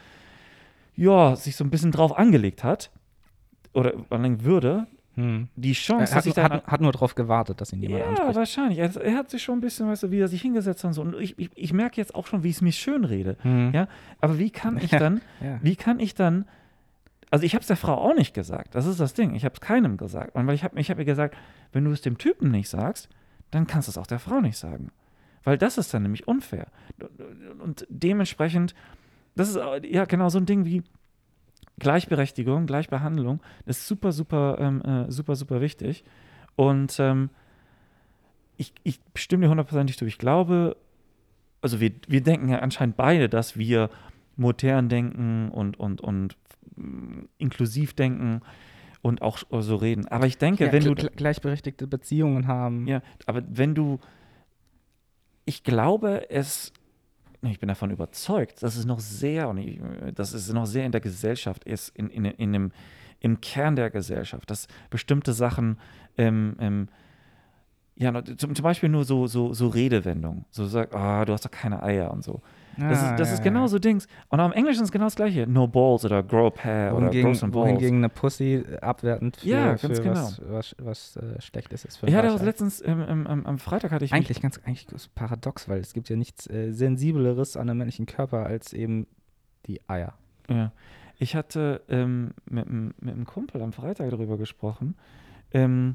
Speaker 2: ja, sich so ein bisschen drauf angelegt hat oder anlegen würde,
Speaker 3: Hm.
Speaker 2: die
Speaker 3: Er
Speaker 2: Chance, dass
Speaker 3: hat,
Speaker 2: ich dann
Speaker 3: hat, hat nur darauf gewartet, dass ihn jemand
Speaker 2: ja,
Speaker 3: anspricht.
Speaker 2: wahrscheinlich. Er, er hat sich schon ein bisschen, weißt du, wie er sich hingesetzt hat und so. Und ich, ich, ich merke jetzt auch schon, wie ich es mir schön rede.
Speaker 3: Hm.
Speaker 2: Ja, aber wie kann ich
Speaker 3: Ja,
Speaker 2: dann,
Speaker 3: ja.
Speaker 2: wie kann ich dann, also ich habe es der Frau auch nicht gesagt. Das ist das Ding. Ich habe es keinem gesagt. Und weil ich habe ich hab ihr gesagt, wenn du es dem Typen nicht sagst, dann kannst du es auch der Frau nicht sagen. Weil das ist dann nämlich unfair. Und dementsprechend, das ist auch- ja genau so ein Ding wie Gleichberechtigung, Gleichbehandlung. Das ist super, super, ähm, äh, super, super wichtig. Und ähm, ich, ich stimme dir hundertprozentig zu. Ich glaube, also wir, wir denken ja anscheinend beide, dass wir modern denken und, und, und mm, inklusiv denken und auch so reden. Aber ich denke,
Speaker 3: Ja,
Speaker 2: wenn du,
Speaker 3: gl- gl- gleichberechtigte Beziehungen haben.
Speaker 2: ja, aber wenn du, ich glaube, es, ich bin davon überzeugt, dass es noch sehr, und ich, dass es noch sehr in der Gesellschaft ist, in, in, in dem, im Kern der Gesellschaft, dass bestimmte Sachen, ähm, ähm, ja, zum, zum Beispiel nur so, so, so Redewendungen, so sagt, ah, du hast doch keine Eier und so. Das,
Speaker 3: Ah,
Speaker 2: ist, das
Speaker 3: ja,
Speaker 2: ist
Speaker 3: ja.
Speaker 2: genau so Dings. Und auch im Englischen ist es genau das Gleiche. No balls oder grow up hair oder
Speaker 3: Wohingegen,
Speaker 2: grow some balls.
Speaker 3: wohingegen eine Pussy abwertend für,
Speaker 2: Ja, ganz
Speaker 3: für
Speaker 2: genau.
Speaker 3: was, was, was äh, Schlechtes ist. Für
Speaker 2: Ich
Speaker 3: ein
Speaker 2: hatte auch
Speaker 3: Weichei.
Speaker 2: letztens, ähm, ähm, am- am Freitag hatte ich mich
Speaker 3: Eigentlich ganz eigentlich ist paradox, weil es gibt ja nichts äh, Sensibleres an einem männlichen Körper als eben die Eier.
Speaker 2: Ja. Ich hatte ähm, mit, einem- mit einem Kumpel am Freitag darüber gesprochen, ähm,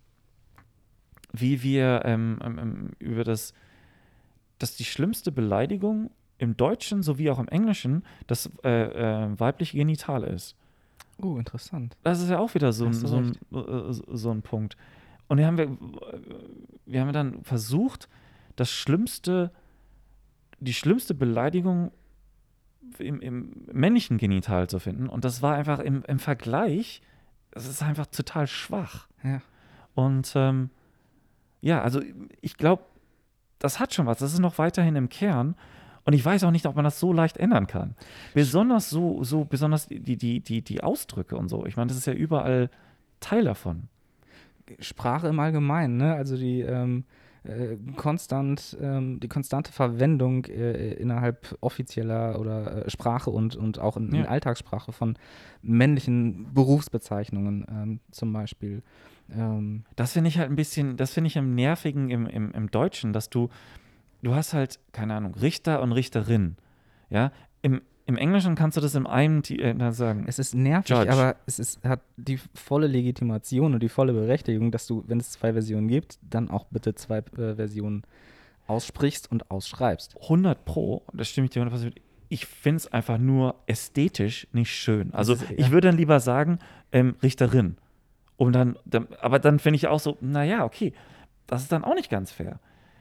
Speaker 2: wie wir ähm, ähm, ähm, über das, dass die schlimmste Beleidigung im Deutschen sowie auch im Englischen das äh, äh, weibliche Genital ist.
Speaker 3: Oh, interessant.
Speaker 2: Das ist ja auch wieder so, ein,
Speaker 3: Hast du
Speaker 2: so, ein, äh, so so ein Punkt. Und wir haben, wir, wir haben dann versucht, das schlimmste, die schlimmste Beleidigung im, im männlichen Genital zu finden. Und das war einfach im, im Vergleich, es ist einfach total schwach.
Speaker 3: Ja.
Speaker 2: Und ähm, ja, also ich glaube, das hat schon was. Das ist noch weiterhin im Kern. Und ich weiß auch nicht, ob man das so leicht ändern kann. Besonders so, so besonders die, die, die, die Ausdrücke und so. Ich meine, das ist ja überall Teil davon.
Speaker 3: Sprache im Allgemeinen, ne? Also die ähm, äh, konstant, ähm, die konstante Verwendung äh, innerhalb offizieller oder äh, Sprache und, und auch in, in
Speaker 2: Ja.
Speaker 3: Alltagssprache von männlichen Berufsbezeichnungen ähm, zum Beispiel. Ähm,
Speaker 2: Das finde ich halt ein bisschen, das finde ich am nervigen im, im, im Deutschen, dass du, du hast halt, keine Ahnung, Richter und Richterin. Ja, im, im Englischen kannst du das in einem Ti- äh, sagen.
Speaker 3: Es ist nervig,
Speaker 2: Judge.
Speaker 3: aber es ist, hat die volle Legitimation und die volle Berechtigung, dass du, wenn es zwei Versionen gibt, dann auch bitte zwei äh, Versionen aussprichst und ausschreibst.
Speaker 2: hundert Pro, das stimme ich dir hundert Prozent. Ich finde es einfach nur ästhetisch nicht schön. Also
Speaker 3: Das ist-
Speaker 2: ich
Speaker 3: ja.
Speaker 2: würde dann lieber sagen, ähm, Richterin. Und dann, dann aber dann finde ich auch so, naja, okay, das ist dann auch nicht ganz fair.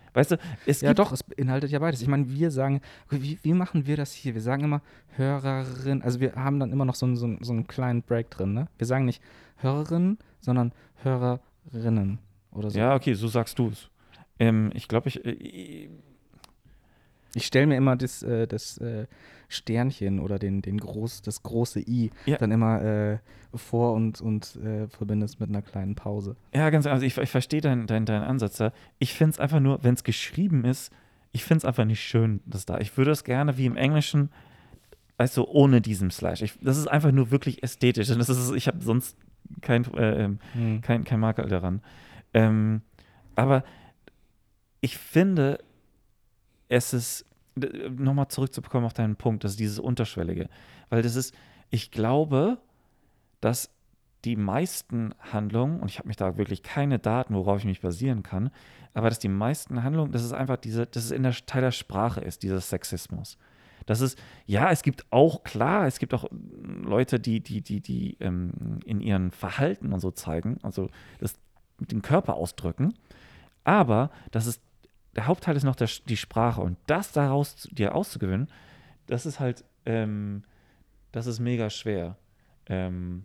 Speaker 2: Weißt du, es
Speaker 3: Ja,
Speaker 2: gibt
Speaker 3: doch, es beinhaltet ja beides. Ich meine, wir sagen, wie, wie machen wir das hier? Wir sagen immer Hörerin, also wir haben dann immer noch so einen, so einen, so einen kleinen Break drin, ne? Wir sagen nicht Hörerin, sondern Hörerinnen oder so.
Speaker 2: Ja, okay, so sagst du es. Ähm, ich glaube, ich, äh,
Speaker 3: Ich stelle mir immer das, äh, das äh, Sternchen oder den, den groß, das große I
Speaker 2: Ja.
Speaker 3: dann immer äh, vor und, und äh, verbinde es mit einer kleinen Pause.
Speaker 2: ja, ganz, also ich, ich verstehe deinen dein, dein Ansatz da. Ich finde es einfach nur, wenn es geschrieben ist, ich finde es einfach nicht schön, das da. Ich würde es gerne wie im Englischen, weißt du, ohne diesen Slash. Ich, das ist einfach nur wirklich ästhetisch. Und das ist, ich habe sonst kein, äh, ähm,
Speaker 3: Hm.
Speaker 2: kein, kein Makel daran. Ähm, aber ich finde, es ist, nochmal zurückzubekommen auf deinen Punkt, das ist dieses Unterschwellige. Weil das ist, ich glaube, dass die meisten Handlungen, und ich habe mich da wirklich keine Daten, worauf ich mich basieren kann, aber dass die meisten Handlungen, das ist einfach diese, dass es in der Teil der Sprache ist, dieser Sexismus. Das ist, ja, es gibt auch, klar, es gibt auch Leute, die, die, die, die ähm, in ihren Verhalten und so zeigen, also das mit dem Körper ausdrücken, aber das ist, der Hauptteil ist noch der, die Sprache und das daraus zu- dir auszugewöhnen, das ist halt, ähm, das ist mega schwer. Ähm,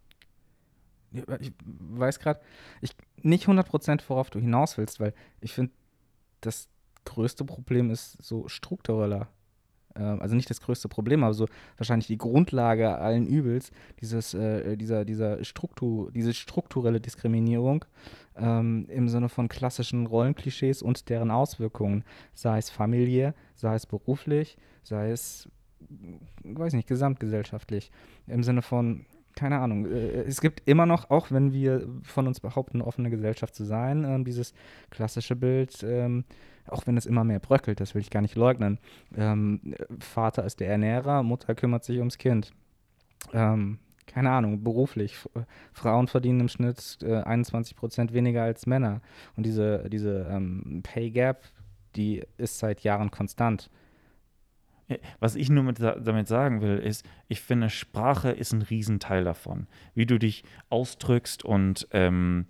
Speaker 3: Ja, ich weiß gerade ich nicht hundert Prozent, worauf du hinaus willst, weil ich finde, das größte Problem ist so struktureller. Ähm, also nicht das größte Problem, aber so wahrscheinlich die Grundlage allen Übels, dieses, äh, dieser, dieser Struktur, diese strukturelle Diskriminierung ähm, im Sinne von klassischen Rollenklischees und deren Auswirkungen, sei es familiär, sei es beruflich, sei es, weiß nicht, gesamtgesellschaftlich, im Sinne von, keine Ahnung, äh, es gibt immer noch, auch wenn wir von uns behaupten, eine offene Gesellschaft zu sein, ähm, dieses klassische Bild, ähm, auch wenn es immer mehr bröckelt, das will ich gar nicht leugnen. Ähm, Vater ist der Ernährer, Mutter kümmert sich ums Kind. Ähm, keine Ahnung, beruflich. F- Frauen verdienen im Schnitt äh, einundzwanzig Prozent weniger als Männer. Und diese, diese ähm, Pay Gap, die ist seit Jahren konstant.
Speaker 2: Was ich nur mit, damit sagen will, ist, ich finde, Sprache ist ein Riesenteil davon. Wie du dich ausdrückst und ähm,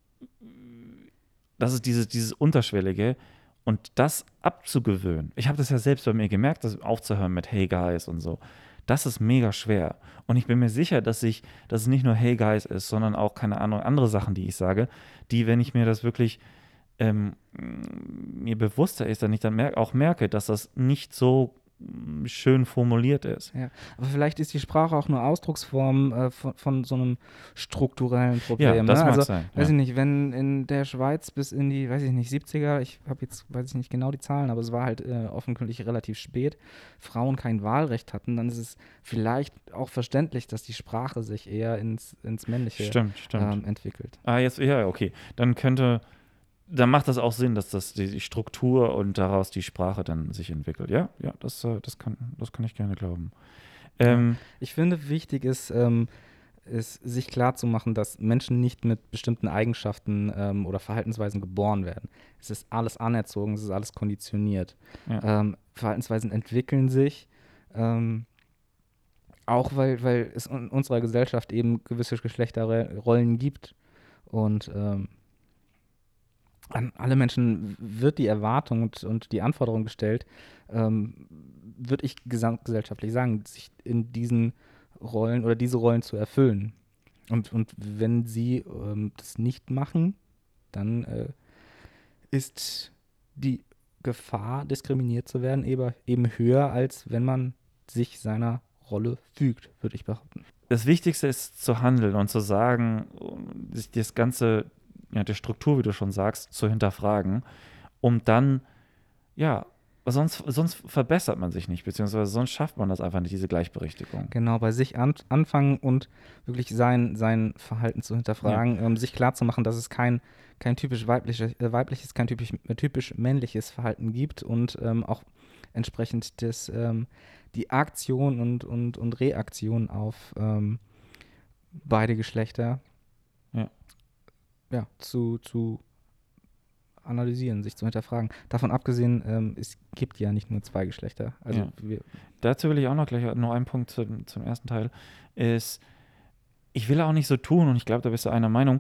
Speaker 2: das ist dieses, dieses Unterschwellige und das abzugewöhnen. Ich habe das ja selbst bei mir gemerkt, das aufzuhören mit Hey Guys und so. Das ist mega schwer. Und ich bin mir sicher, dass ich, dass es nicht nur Hey Guys ist, sondern auch, keine Ahnung, andere Sachen, die ich sage, die, wenn ich mir das wirklich ähm, mir bewusster ist, dann ich dann mer auch merke, dass das nicht so mm, schön formuliert ist.
Speaker 3: Ja. Aber vielleicht ist die Sprache auch nur Ausdrucksform äh, von, von so einem strukturellen Problem.
Speaker 2: Ja, das
Speaker 3: ne?
Speaker 2: mag
Speaker 3: Also,
Speaker 2: sein.
Speaker 3: weiß
Speaker 2: Ja.
Speaker 3: ich nicht, wenn in der Schweiz bis in die, weiß ich nicht, siebziger, ich habe jetzt, weiß ich nicht genau die Zahlen, aber es war halt äh, offenkundig relativ spät, Frauen kein Wahlrecht hatten, dann ist es vielleicht auch verständlich, dass die Sprache sich eher ins, ins Männliche
Speaker 2: Stimmt, stimmt.
Speaker 3: ähm, entwickelt.
Speaker 2: Ah, jetzt, ja, okay. Dann könnte, dann macht das auch Sinn, dass das die, die Struktur und daraus die Sprache dann sich entwickelt. Ja, ja, das, äh, das, kann, das kann ich gerne glauben. Ähm,
Speaker 3: Ich finde, wichtig ist, ähm, ist sich klarzumachen, dass Menschen nicht mit bestimmten Eigenschaften ähm, oder Verhaltensweisen geboren werden. Es ist alles anerzogen, es ist alles konditioniert.
Speaker 2: Ja.
Speaker 3: Ähm, Verhaltensweisen entwickeln sich, ähm, auch weil, weil es in unserer Gesellschaft eben gewisse Geschlechterrollen gibt. Und ähm, an alle Menschen wird die Erwartung und, und die Anforderung gestellt, ähm, würde ich gesamtgesellschaftlich sagen, sich in diesen Rollen oder diese Rollen zu erfüllen. Und, und wenn sie ähm, das nicht machen, dann äh, ist die Gefahr, diskriminiert zu werden, eben, eben höher, als wenn man sich seiner Rolle fügt, würde ich behaupten.
Speaker 2: Das Wichtigste ist zu handeln und zu sagen, sich das Ganze, ja, die Struktur, wie du schon sagst, zu hinterfragen, um dann, ja, sonst, sonst verbessert man sich nicht, beziehungsweise sonst schafft man das einfach nicht, diese Gleichberechtigung.
Speaker 3: Genau, bei sich an, anfangen und wirklich sein, sein Verhalten zu hinterfragen, ähm, sich klarzumachen, dass es kein, kein typisch weibliches, äh, weibliches, kein typisch, äh, typisch männliches Verhalten gibt und ähm, auch entsprechend das, ähm, die Aktion und, und, und Reaktion auf ähm, beide Geschlechter
Speaker 2: Ja.
Speaker 3: ja, zu, zu analysieren, sich zu hinterfragen. Davon abgesehen, ähm, es gibt ja nicht nur zwei Geschlechter. Also
Speaker 2: Ja.
Speaker 3: wir,
Speaker 2: Dazu will ich auch noch gleich noch einen Punkt zum, zum ersten Teil, ist, ich will auch nicht so tun, und ich glaube, da bist du einer Meinung,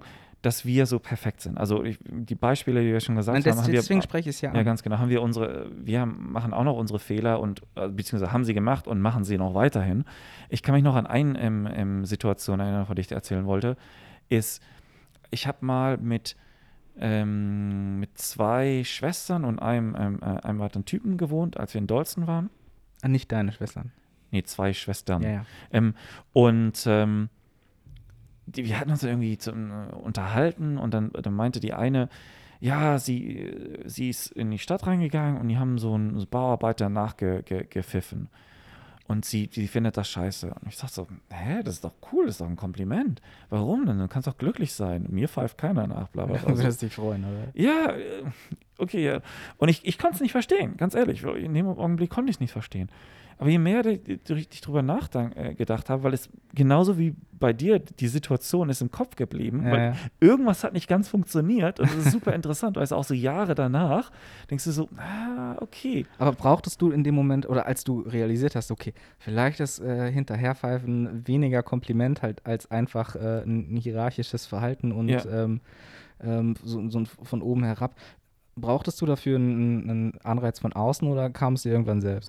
Speaker 2: dass wir so perfekt sind. Also ich, die Beispiele, die wir schon gesagt
Speaker 3: Nein, das,
Speaker 2: haben, haben
Speaker 3: deswegen
Speaker 2: wir,
Speaker 3: spreche ich es ja an.
Speaker 2: ja ganz genau, haben wir unsere, wir haben, machen auch noch unsere Fehler und äh, beziehungsweise haben sie gemacht und machen sie noch weiterhin. Ich kann mich noch an eine ähm, ähm, Situation erinnern, von der ich dir erzählen wollte, ist, ich habe mal mit, ähm, mit zwei Schwestern und einem, ähm, äh, einem weiteren Typen gewohnt, als wir in Dolston waren.
Speaker 3: Ah, nicht deine Schwestern.
Speaker 2: Nee, zwei Schwestern.
Speaker 3: Ja, ja.
Speaker 2: Ähm, und ähm, die, wir hatten uns irgendwie zum, äh, unterhalten und dann, dann meinte die eine, ja, sie, sie ist in die Stadt reingegangen und die haben so einen so Bauarbeiter nachgepfiffen. Und sie, sie findet das scheiße. Und ich sag so, hä, das ist doch cool, das ist doch ein Kompliment. Warum denn? Du kannst doch glücklich sein. Mir pfeift keiner nach, bla bla bla.
Speaker 3: Du wirst dich freuen, oder?
Speaker 2: Ja, äh, okay, ja. Und ich, ich konnte es nicht verstehen, ganz ehrlich. In dem Augenblick konnte ich es nicht verstehen. Aber je mehr ich drüber nachgedacht habe, weil es genauso wie bei dir, die Situation ist im Kopf geblieben,
Speaker 3: Ja,
Speaker 2: weil
Speaker 3: ja.
Speaker 2: irgendwas hat nicht ganz funktioniert und das ist super interessant, weil es auch so Jahre danach denkst du so, ah, okay.
Speaker 3: Aber brauchtest du in dem Moment, oder als du realisiert hast, okay, vielleicht ist äh, Hinterherpfeifen weniger Kompliment halt als einfach äh, ein hierarchisches Verhalten und
Speaker 2: Ja.
Speaker 3: ähm, ähm, so, so ein von oben herab. Brauchtest du dafür einen, einen Anreiz von außen oder kam es dir irgendwann selbst?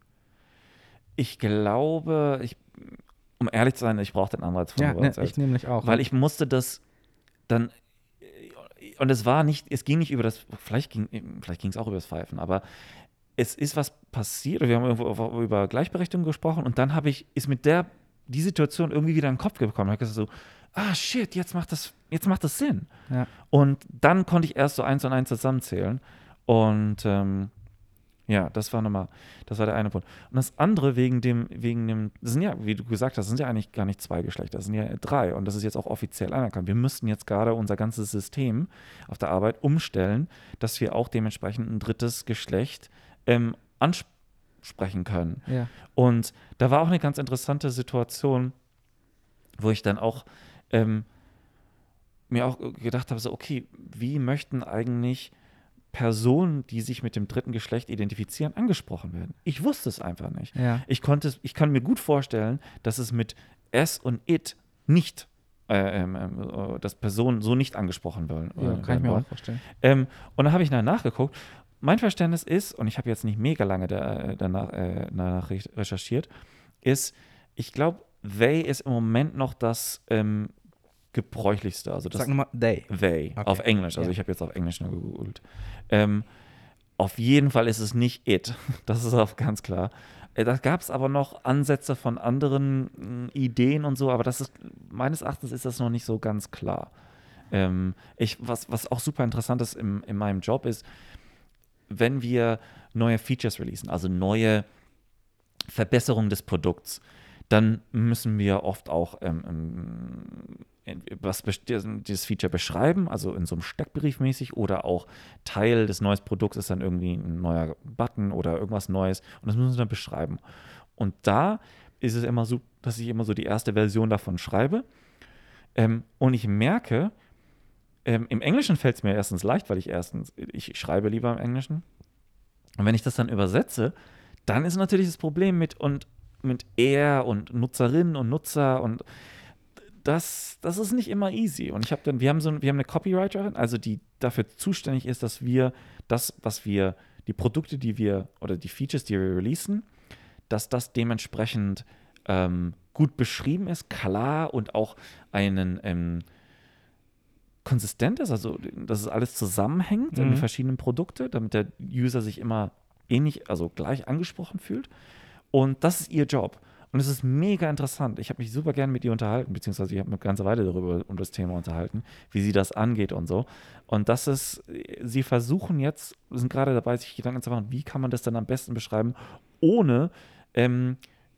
Speaker 2: Ich glaube, ich, um ehrlich zu sein, ich brauche den Anreiz von
Speaker 3: Ja,
Speaker 2: uns
Speaker 3: ne,
Speaker 2: selbst.
Speaker 3: ich nämlich auch.
Speaker 2: Weil ich musste das dann, und es war nicht, es ging nicht über das, vielleicht ging vielleicht ging es auch über das Pfeifen, aber es ist was passiert, wir haben irgendwo über Gleichberechtigung gesprochen und dann habe ich, ist mit der, die Situation irgendwie wieder in den Kopf gekommen. Ich habe gesagt so, ah shit, jetzt macht das, jetzt macht das Sinn.
Speaker 3: Ja.
Speaker 2: Und dann konnte ich erst so eins und eins zusammenzählen und ähm, ja, das war nochmal, das war der eine Punkt. Und das andere wegen dem, wegen dem, das sind ja, wie du gesagt hast, das sind ja eigentlich gar nicht zwei Geschlechter, das sind ja drei und das ist jetzt auch offiziell anerkannt. Wir müssten jetzt gerade unser ganzes System auf der Arbeit umstellen, dass wir auch dementsprechend ein drittes Geschlecht ähm, ansprechen können.
Speaker 3: Ja.
Speaker 2: Und da war auch eine ganz interessante Situation, wo ich dann auch ähm, mir auch gedacht habe, so okay, wie möchten eigentlich Personen, die sich mit dem dritten Geschlecht identifizieren, angesprochen werden. Ich wusste es einfach nicht.
Speaker 3: Ja.
Speaker 2: Ich konnte es, ich kann mir gut vorstellen, dass es mit es und it nicht, äh, ähm, äh, dass Personen so nicht angesprochen werden.
Speaker 3: Ja,
Speaker 2: äh,
Speaker 3: kann ich mir
Speaker 2: wollen.
Speaker 3: auch vorstellen.
Speaker 2: Ähm, und dann habe ich dann nachgeguckt. Mein Verständnis ist, und ich habe jetzt nicht mega lange da, danach, äh, danach recherchiert, ist, ich glaube, they ist im Moment noch das ähm, gebräuchlichste. Also das
Speaker 3: Sag nochmal, they.
Speaker 2: They,
Speaker 3: Okay.
Speaker 2: auf Englisch. Also
Speaker 3: Ja.
Speaker 2: ich habe jetzt auf Englisch nur gegoogelt. Ähm, auf jeden Fall ist es nicht it. Das ist auch ganz klar. Äh, Da gab es aber noch Ansätze von anderen mh, Ideen und so, aber das ist, meines Erachtens ist das noch nicht so ganz klar. Ähm, ich, was, was auch super interessant ist im, in meinem Job ist, wenn wir neue Features releasen, also neue Verbesserungen des Produkts, dann müssen wir oft auch ähm, ähm, was dieses Feature beschreiben, also in so einem Steckbrief mäßig oder auch Teil des neuen Produkts ist dann irgendwie ein neuer Button oder irgendwas Neues und das müssen wir dann beschreiben. Und da ist es immer so, dass ich immer so die erste Version davon schreibe ähm, und ich merke, ähm, im Englischen fällt es mir erstens leicht, weil ich erstens, ich schreibe lieber im Englischen und wenn ich das dann übersetze, dann ist natürlich das Problem mit und mit er und Nutzerinnen und Nutzer und das, das ist nicht immer easy. Und ich habe dann, wir haben so wir haben eine Copywriterin, also die dafür zuständig ist, dass wir das, was wir, die Produkte, die wir oder die Features, die wir releasen, dass das dementsprechend ähm, gut beschrieben ist, klar und auch einen ähm, konsistent ist, also dass es alles zusammenhängt,
Speaker 3: Mhm.
Speaker 2: die verschiedenen Produkte, damit der User sich immer ähnlich, also gleich angesprochen fühlt. Und das ist ihr Job. Und es ist mega interessant. Ich habe mich super gerne mit ihr unterhalten, beziehungsweise ich habe eine ganze Weile darüber um das Thema unterhalten, wie sie das angeht und so. Und das ist, sie versuchen jetzt, sind gerade dabei, sich Gedanken zu machen, wie kann man das dann am besten beschreiben, ohne ähm,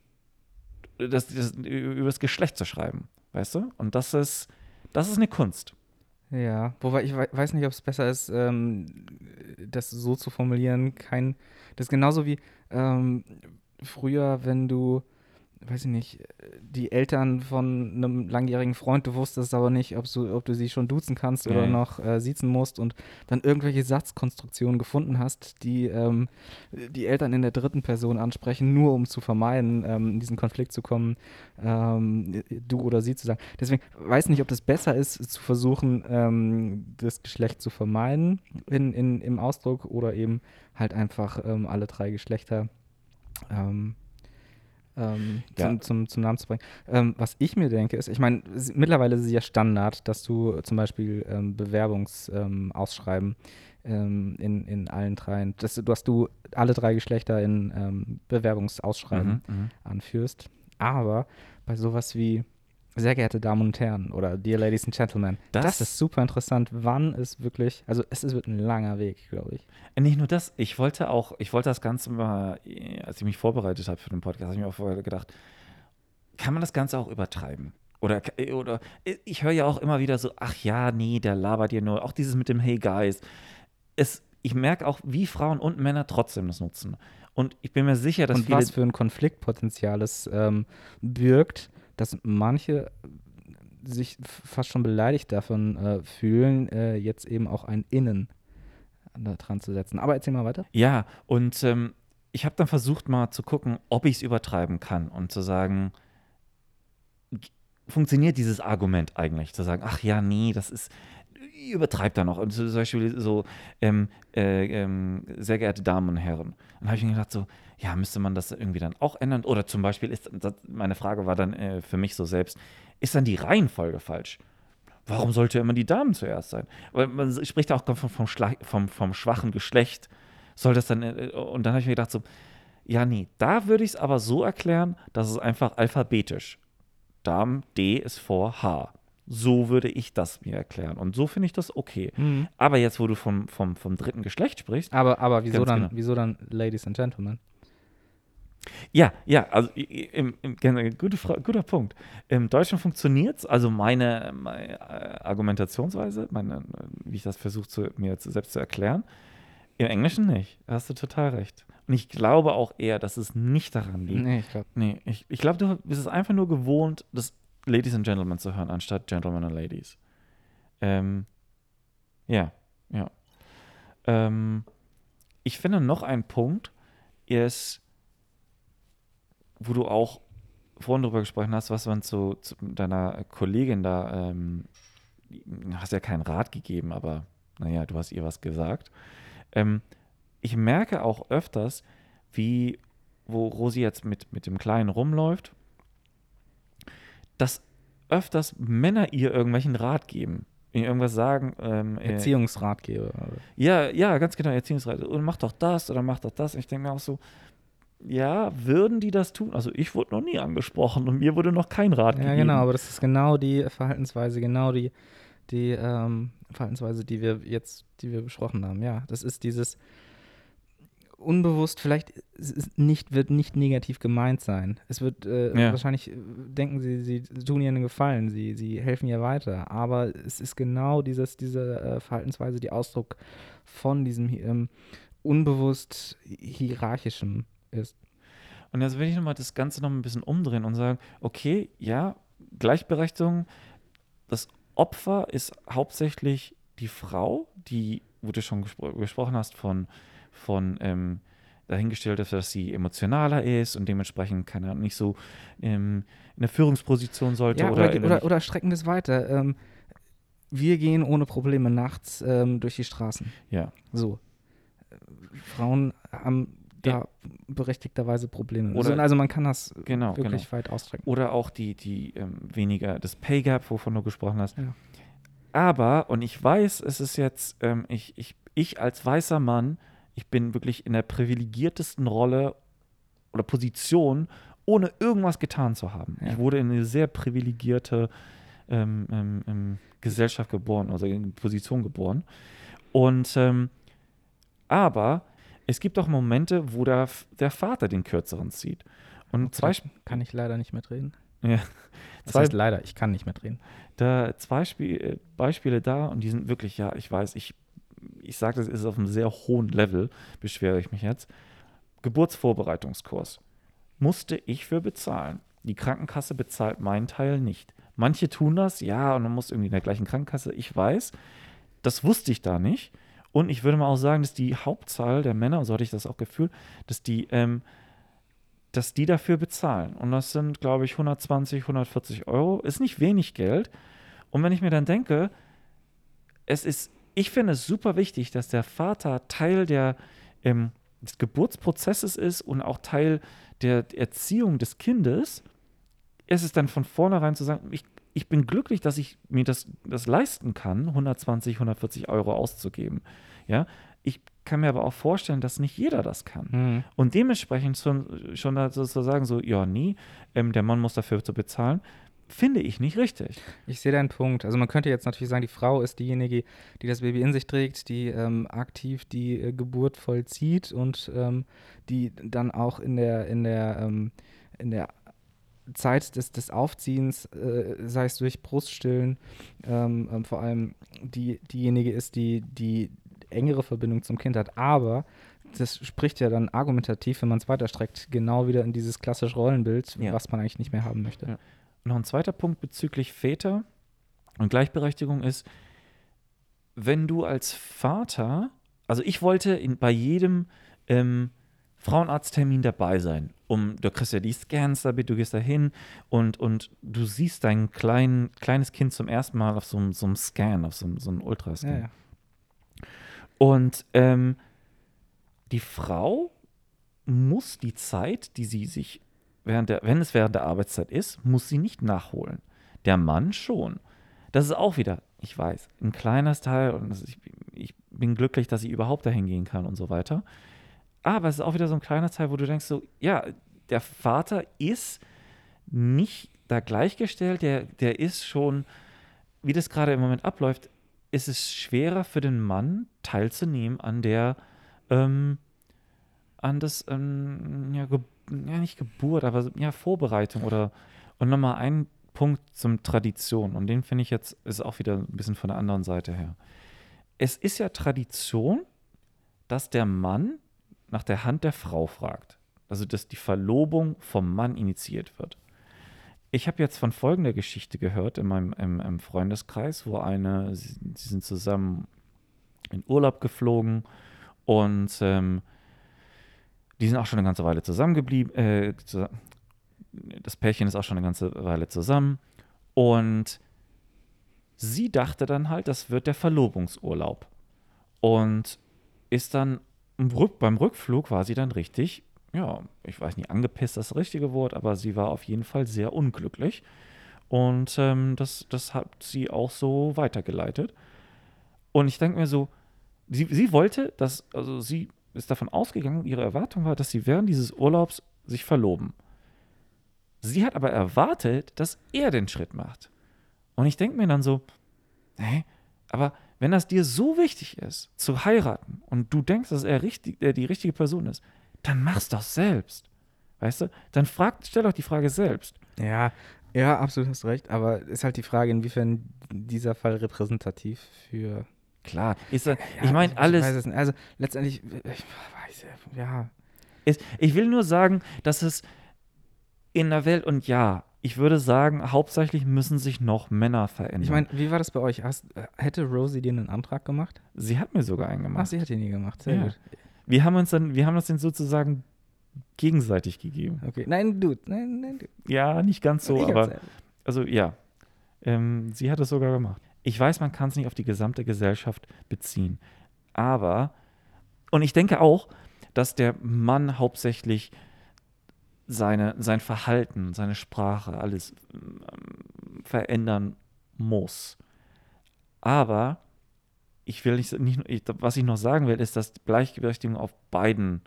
Speaker 2: das, das, über das Geschlecht zu schreiben. Weißt du? Und das ist, das ist eine Kunst.
Speaker 3: Ja, wobei ich wei- weiß nicht, ob es besser ist, ähm, das so zu formulieren. Kein, das ist genauso wie ähm, früher, wenn du weiß ich nicht, die Eltern von einem langjährigen Freund, du wusstest aber nicht, ob du, ob du sie schon duzen kannst oder
Speaker 2: Nee.
Speaker 3: noch äh, siezen musst und dann irgendwelche Satzkonstruktionen gefunden hast, die ähm, die Eltern in der dritten Person ansprechen, nur um zu vermeiden, ähm, in diesen Konflikt zu kommen, ähm, du oder sie zu sagen. Deswegen weiß nicht, ob das besser ist, zu versuchen, ähm, das Geschlecht zu vermeiden in, in, im Ausdruck oder eben halt einfach ähm, alle drei Geschlechter ähm, ähm,
Speaker 2: Ja.
Speaker 3: zum, zum, zum Namen zu bringen. Ähm, was ich mir denke, ist, ich meine, s- mittlerweile ist es ja Standard, dass du zum Beispiel ähm, Bewerbungsausschreiben ähm, in, in allen dreien, dass, du- dass du alle drei Geschlechter in ähm, Bewerbungsausschreiben
Speaker 2: Mhm, mhm.
Speaker 3: anführst. Aber bei sowas wie sehr geehrte Damen und Herren oder Dear Ladies and Gentlemen, das,
Speaker 2: Das-
Speaker 3: ist super interessant, wann es wirklich, also es ist, wird ein langer Weg, glaube ich.
Speaker 2: Nicht nur das, ich wollte auch, ich wollte das Ganze mal, äh, als ich mich vorbereitet habe für den Podcast, habe ich mir auch vorher gedacht, kann man das Ganze auch übertreiben? Oder, äh, oder äh, ich höre ja auch immer wieder so, ach ja, nee, der labert dir nur. Auch dieses mit dem Hey Guys. Es, ich merke auch, wie Frauen und Männer trotzdem das nutzen. Und ich bin mir sicher, dass
Speaker 3: Und
Speaker 2: viele.
Speaker 3: was für ein Konfliktpotenzial es ähm, birgt, dass manche sich f- fast schon beleidigt davon äh, fühlen, äh, jetzt eben auch ein Innen da dran zu setzen. Aber erzähl mal weiter.
Speaker 2: Ja, und ähm, ich habe dann versucht mal zu gucken, ob ich es übertreiben kann und zu sagen, g- funktioniert dieses Argument eigentlich? Zu sagen, ach ja, nee, das ist, übertreibt da noch. Und zum Beispiel so, ähm, äh, ähm, sehr geehrte Damen und Herren. Dann habe ich mir gedacht, so, ja, müsste man das irgendwie dann auch ändern? Oder zum Beispiel ist, das, meine Frage war dann äh, für mich so selbst, ist dann die Reihenfolge falsch? Warum sollte immer die Damen zuerst sein? Weil man spricht ja auch vom, vom, Schla- vom, vom schwachen Geschlecht. Soll das dann, äh, und dann habe ich mir gedacht, so, ja, nee, da würde ich es aber so erklären, dass es einfach alphabetisch. Damen, D ist vor H. So würde ich das mir erklären. Und so finde ich das okay.
Speaker 3: Mhm.
Speaker 2: Aber jetzt, wo du vom, vom, vom dritten Geschlecht sprichst,
Speaker 3: Aber, aber wieso,
Speaker 2: Ganz
Speaker 3: dann,
Speaker 2: genau.
Speaker 3: wieso dann Ladies and Gentlemen?
Speaker 2: ja, ja, also i- i- im, im, gerne, gute Fra guter Punkt. Im Deutschen funktioniert es, also meine, meine äh, Argumentationsweise, meine, äh, wie ich das versuche zu, mir jetzt selbst zu erklären. Im Englischen nicht. Da hast du total recht. Und ich glaube auch eher, dass es nicht daran liegt.
Speaker 3: Nee, ich glaube.
Speaker 2: Nee, ich, ich glaube, du bist es einfach nur gewohnt, das Ladies and Gentlemen zu hören, anstatt Gentlemen and Ladies. Ähm, ja, ja. Ähm, ich finde noch ein Punkt ist, wo du auch vorhin drüber gesprochen hast, was man zu, zu deiner Kollegin da, ähm, hast ja keinen Rat gegeben, aber naja, du hast ihr was gesagt. Ähm, ich merke auch öfters, wie, wo Rosi jetzt mit, mit dem Kleinen rumläuft, dass öfters Männer ihr irgendwelchen Rat geben. Ihr irgendwas sagen. Ähm, äh,
Speaker 3: Erziehungsratgeber.
Speaker 2: ja, ja, ganz genau, Erziehungsrat. Und mach doch das oder mach doch das. Und ich denke mir auch so, ja, würden die das tun? Also ich wurde noch nie angesprochen und mir wurde noch kein Rat
Speaker 3: Ja,
Speaker 2: gegeben.
Speaker 3: genau, aber das ist genau die Verhaltensweise, genau die, die ähm, Verhaltensweise, die wir jetzt, die wir besprochen haben. Ja, das ist dieses unbewusst, vielleicht es ist nicht, wird nicht negativ gemeint sein. Es wird äh,
Speaker 2: Ja.
Speaker 3: wahrscheinlich, äh, denken sie, sie tun ihr einen Gefallen, sie, sie helfen ihr weiter. Aber es ist genau dieses, diese äh, Verhaltensweise, die Ausdruck von diesem ähm, unbewusst hierarchischen ist.
Speaker 2: Und jetzt will ich nochmal das Ganze noch ein bisschen umdrehen und sagen, okay, ja, Gleichberechtigung, das Opfer ist hauptsächlich die Frau, die, wo du schon gespro gesprochen hast, von, von ähm, dahingestellt ist, dass sie emotionaler ist und dementsprechend, keine Ahnung, nicht so ähm, in der Führungsposition sollte.
Speaker 3: Ja,
Speaker 2: oder,
Speaker 3: oder,
Speaker 2: in
Speaker 3: oder,
Speaker 2: der-
Speaker 3: oder strecken wir es weiter. Ähm, wir gehen ohne Probleme nachts ähm, durch die Straßen.
Speaker 2: ja.
Speaker 3: So. Äh, Frauen haben da
Speaker 2: Ja.
Speaker 3: berechtigterweise Probleme.
Speaker 2: Oder-
Speaker 3: also, also man kann das
Speaker 2: Genau,
Speaker 3: wirklich
Speaker 2: genau.
Speaker 3: weit ausstrecken.
Speaker 2: Oder auch die, die ähm, weniger, das Pay Gap, wovon du gesprochen hast.
Speaker 3: Ja.
Speaker 2: Aber, und ich weiß, es ist jetzt, ähm, ich, ich, ich als weißer Mann, ich bin wirklich in der privilegiertesten Rolle oder Position, ohne irgendwas getan zu haben.
Speaker 3: Ja.
Speaker 2: Ich wurde in eine sehr privilegierte ähm, ähm, ähm, Gesellschaft geboren, also in Position geboren. Und ähm, aber es gibt auch Momente, wo der, der Vater den Kürzeren zieht. Und zwei,
Speaker 3: Okay, kann ich leider nicht mitreden.
Speaker 2: Ja.
Speaker 3: Das
Speaker 2: Zwei-
Speaker 3: heißt leider, ich kann nicht mitreden.
Speaker 2: da zwei Spiel, äh, Beispiele da und die sind wirklich, ja, ich weiß, ich, ich sage, das ist auf einem sehr hohen Level, beschwere ich mich jetzt. Geburtsvorbereitungskurs. musste ich für bezahlen. Die Krankenkasse bezahlt meinen Teil nicht. Manche tun das, ja, und man muss irgendwie in der gleichen Krankenkasse, ich weiß. Das wusste ich da nicht. Und ich würde mal auch sagen, dass die Hauptzahl der Männer, so hatte ich das auch gefühlt, dass die, ähm, dass die dafür bezahlen. Und das sind, glaube ich, hundertzwanzig, hundertvierzig Euro. Ist nicht wenig Geld. Und wenn ich mir dann denke, es ist, ich finde es super wichtig, dass der Vater Teil der, ähm, des Geburtsprozesses ist und auch Teil der Erziehung des Kindes. Es ist dann von vornherein zu sagen, ich, ich bin glücklich, dass ich mir das, das leisten kann, hundertzwanzig, hundertvierzig Euro auszugeben. Ja, ich kann mir aber auch vorstellen, dass nicht jeder das kann.
Speaker 3: Mhm.
Speaker 2: Und dementsprechend schon, schon da sozusagen so, ja, nie, ähm, der Mann muss dafür zu bezahlen, finde ich nicht richtig.
Speaker 3: Ich sehe deinen Punkt. Also man könnte jetzt natürlich sagen, die Frau ist diejenige, die das Baby in sich trägt, die ähm, aktiv die äh, Geburt vollzieht und ähm, die dann auch in der, in der, ähm, in der Zeit des, des Aufziehens, äh, sei es durch Bruststillen, ähm, ähm, vor allem die, diejenige ist, die die engere Verbindung zum Kind hat. Aber das spricht ja dann argumentativ, wenn man es weiterstreckt, genau wieder in dieses klassische Rollenbild,
Speaker 2: Ja.
Speaker 3: was man eigentlich nicht mehr haben möchte.
Speaker 2: Ja. Noch ein zweiter Punkt bezüglich Väter und Gleichberechtigung ist, wenn du als Vater, also ich wollte in, bei jedem ähm, Frauenarzttermin dabei sein, um, du kriegst ja die Scans damit, du gehst da hin und, und du siehst dein klein, kleines Kind zum ersten Mal auf so, einem- so einem Scan, auf so, einem- so einem Ultrascan.
Speaker 3: Ja, ja.
Speaker 2: Und ähm, die Frau muss die Zeit, die sie sich während der, wenn es während der Arbeitszeit ist, muss sie nicht nachholen. Der Mann schon. Das ist auch wieder, ich weiß, ein kleines Teil und das ist, ich, ich bin glücklich, dass ich überhaupt dahin gehen kann und so weiter. Aber es ist auch wieder so ein kleiner Teil, wo du denkst so, ja, der Vater ist nicht da gleichgestellt, der, der ist schon, wie das gerade im Moment abläuft, ist es schwerer für den Mann teilzunehmen an der, ähm, an das, ähm, ja, Ge ja, nicht Geburt, aber so, ja, Vorbereitung oder, und nochmal ein Punkt zum Tradition und den finde ich jetzt, ist auch wieder ein bisschen von der anderen Seite her. Es ist ja Tradition, dass der Mann nach der Hand der Frau fragt. Also, dass die Verlobung vom Mann initiiert wird. Ich habe jetzt von folgender Geschichte gehört in meinem im, im Freundeskreis, wo eine, sie, sie sind zusammen in Urlaub geflogen und ähm, die sind auch schon eine ganze Weile zusammengeblieben. Äh, zu, das Pärchen ist auch schon eine ganze Weile zusammen und sie dachte dann halt, das wird der Verlobungsurlaub und ist dann im Rück, beim Rückflug war sie dann richtig, ja, ich weiß nicht, angepisst das richtige Wort, aber sie war auf jeden Fall sehr unglücklich. Und ähm, das, das hat sie auch so weitergeleitet. Und ich denke mir so, sie, sie wollte, dass, also sie ist davon ausgegangen, ihre Erwartung war, dass sie während dieses Urlaubs sich verloben. Sie hat aber erwartet, dass er den Schritt macht. Und ich denke mir dann so, hä, aber wenn das dir so wichtig ist, zu heiraten und du denkst, dass er, richtig, er die richtige Person ist, dann mach's doch selbst. Weißt du? Dann frag, stell doch die Frage selbst.
Speaker 3: Ja, ja, absolut hast recht. Aber ist halt die Frage, inwiefern dieser Fall repräsentativ für.
Speaker 2: Klar, ist, er-
Speaker 3: Ja,
Speaker 2: ich meine, alles.
Speaker 3: weiß es nicht. Also letztendlich, ich weiß ja.
Speaker 2: Ist, ich will nur sagen, dass es in der Welt, und ja, ich würde sagen, hauptsächlich müssen sich noch Männer verändern.
Speaker 3: Ich meine, wie war das bei euch? Hast, hätte Rosie dir einen Antrag gemacht?
Speaker 2: sie hat mir sogar einen
Speaker 3: Ach,
Speaker 2: gemacht.
Speaker 3: sie hat ihn nie gemacht. Sehr
Speaker 2: Ja.
Speaker 3: gut.
Speaker 2: Wir haben uns dann, wir haben das dann sozusagen gegenseitig gegeben.
Speaker 3: Okay. Nein, du. Nein, nein, du.
Speaker 2: Ja, nicht ganz so,
Speaker 3: Ich
Speaker 2: aber
Speaker 3: hab's-
Speaker 2: also ja, ähm, sie hat es sogar gemacht. Ich weiß, man kann es nicht auf die gesamte Gesellschaft beziehen, aber, und ich denke auch, dass der Mann hauptsächlich seine, sein Verhalten, seine Sprache, alles ähm, verändern muss. Aber ich will nicht, nicht ich, was ich noch sagen will, ist, dass Gleichberechtigung auf beiden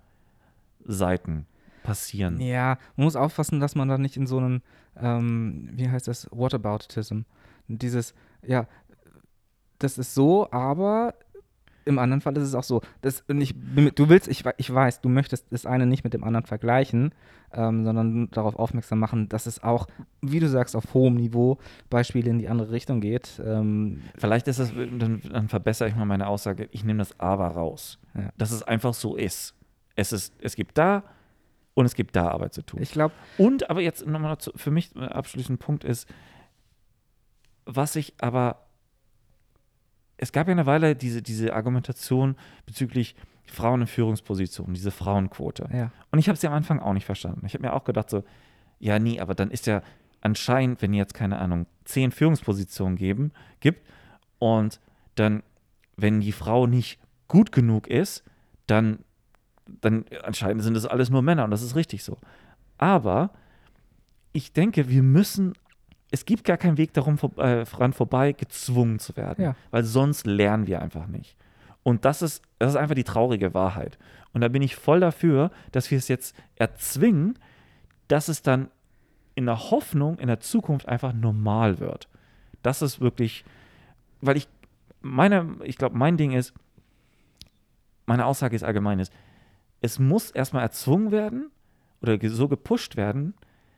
Speaker 2: Seiten passieren.
Speaker 3: Ja, man muss aufpassen, dass man da nicht in so einen, ähm, wie heißt das, Whataboutism, dieses, ja, das ist so, aber im anderen Fall ist es auch so. Das, und ich, bin mit- du willst, ich, wei- ich weiß, du möchtest das eine nicht mit dem anderen vergleichen, ähm, sondern darauf aufmerksam machen, dass es auch, wie du sagst, auf hohem Niveau Beispiele in die andere Richtung geht. Ähm,
Speaker 2: Vielleicht ist das, dann, dann verbessere ich mal meine Aussage, ich nehme das Aber raus.
Speaker 3: Ja.
Speaker 2: Dass es einfach so ist. Es ist, es gibt da und es gibt da Arbeit zu tun.
Speaker 3: Ich glaube,
Speaker 2: Und, aber jetzt nochmal zu- für mich ein abschließender Punkt ist, was ich aber, es gab ja eine Weile diese, diese Argumentation bezüglich Frauen in Führungspositionen, diese Frauenquote.
Speaker 3: ja,
Speaker 2: Und ich habe sie am Anfang auch nicht verstanden. Ich habe mir auch gedacht so, ja, nee, aber dann ist ja anscheinend, wenn jetzt, keine Ahnung, zehn Führungspositionen geben, gibt und dann, wenn die Frau nicht gut genug ist, dann, dann anscheinend sind das alles nur Männer und das ist richtig so. Aber ich denke, wir müssen, es gibt gar keinen Weg darum vor, äh, dran vorbei, gezwungen zu werden,
Speaker 3: Ja.
Speaker 2: weil sonst lernen wir einfach nicht. Und das ist, das ist einfach die traurige Wahrheit. Und da bin ich voll dafür, dass wir es jetzt erzwingen, dass es dann in der Hoffnung in der Zukunft einfach normal wird. Das ist wirklich, weil ich, meine, ich glaube, mein Ding ist, meine Aussage ist allgemein ist, es muss erstmal erzwungen werden oder ge- so gepusht werden,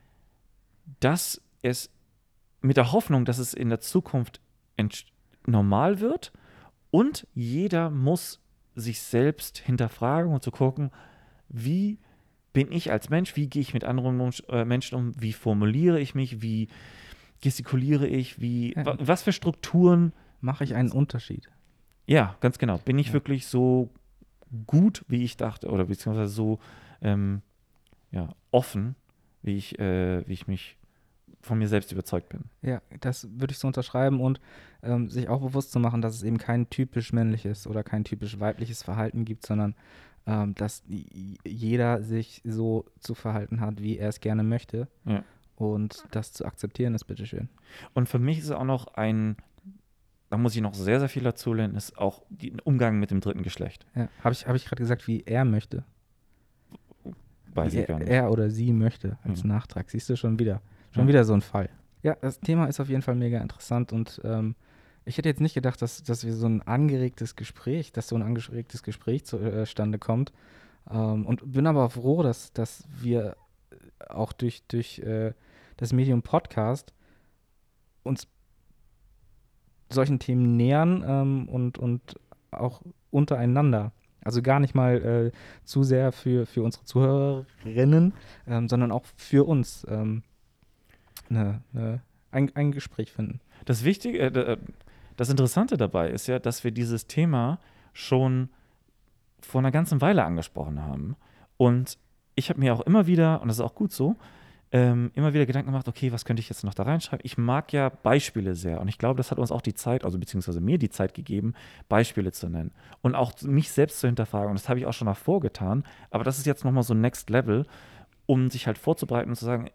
Speaker 2: dass es mit der Hoffnung, dass es in der Zukunft entsch- normal wird und jeder muss sich selbst hinterfragen und zu gucken, wie bin ich als Mensch, wie gehe ich mit anderen Mensch- äh, Menschen um, wie formuliere ich mich, wie gestikuliere ich, wie,
Speaker 3: Ja.
Speaker 2: wa- was für Strukturen,
Speaker 3: mache ich einen Unterschied.
Speaker 2: ja, ganz genau, bin ich
Speaker 3: Ja.
Speaker 2: wirklich so gut, wie ich dachte, oder beziehungsweise so ähm, ja, offen, wie ich, äh, wie ich mich von mir selbst überzeugt bin.
Speaker 3: Ja, das würde ich so unterschreiben und ähm, sich auch bewusst zu machen, dass es eben kein typisch männliches oder kein typisch weibliches Verhalten gibt, sondern ähm, dass j- jeder sich so zu verhalten hat, wie er es gerne möchte.
Speaker 2: Ja.
Speaker 3: Und das zu akzeptieren ist bitteschön.
Speaker 2: Und für mich ist es auch noch ein, da muss ich noch sehr, sehr viel dazu lernen, ist auch der Umgang mit dem dritten Geschlecht.
Speaker 3: Ja. Habe ich, hab ich gerade gesagt, wie er möchte.
Speaker 2: Weiß
Speaker 3: Wie
Speaker 2: ich gar
Speaker 3: er,
Speaker 2: nicht.
Speaker 3: er oder sie möchte als
Speaker 2: Mhm.
Speaker 3: Nachtrag. Siehst du schon wieder. Schon
Speaker 2: Ja.
Speaker 3: wieder so ein Fall. Ja, das Thema ist auf jeden Fall mega interessant und ähm, ich hätte jetzt nicht gedacht, dass, dass wir so ein angeregtes Gespräch, dass so ein angeregtes Gespräch zustande kommt. Ähm, und bin aber froh, dass, dass wir auch durch, durch äh, das Medium Podcast uns solchen Themen nähern ähm, und, und auch untereinander. Also gar nicht mal äh, zu sehr für, für unsere Zuhörerinnen, ähm, sondern auch für uns ähm, ne, ne, ein, ein Gespräch finden.
Speaker 2: Das Wichtige, äh, das Interessante dabei ist ja, dass wir dieses Thema schon vor einer ganzen Weile angesprochen haben. Und ich habe mir auch immer wieder, und das ist auch gut so, ähm, immer wieder Gedanken gemacht, okay, was könnte ich jetzt noch da reinschreiben? Ich mag ja Beispiele sehr und ich glaube, das hat uns auch die Zeit, also beziehungsweise mir die Zeit gegeben, Beispiele zu nennen und auch mich selbst zu hinterfragen. Und das habe ich auch schon davor getan, aber das ist jetzt nochmal so Next Level, um sich halt vorzubereiten und zu sagen,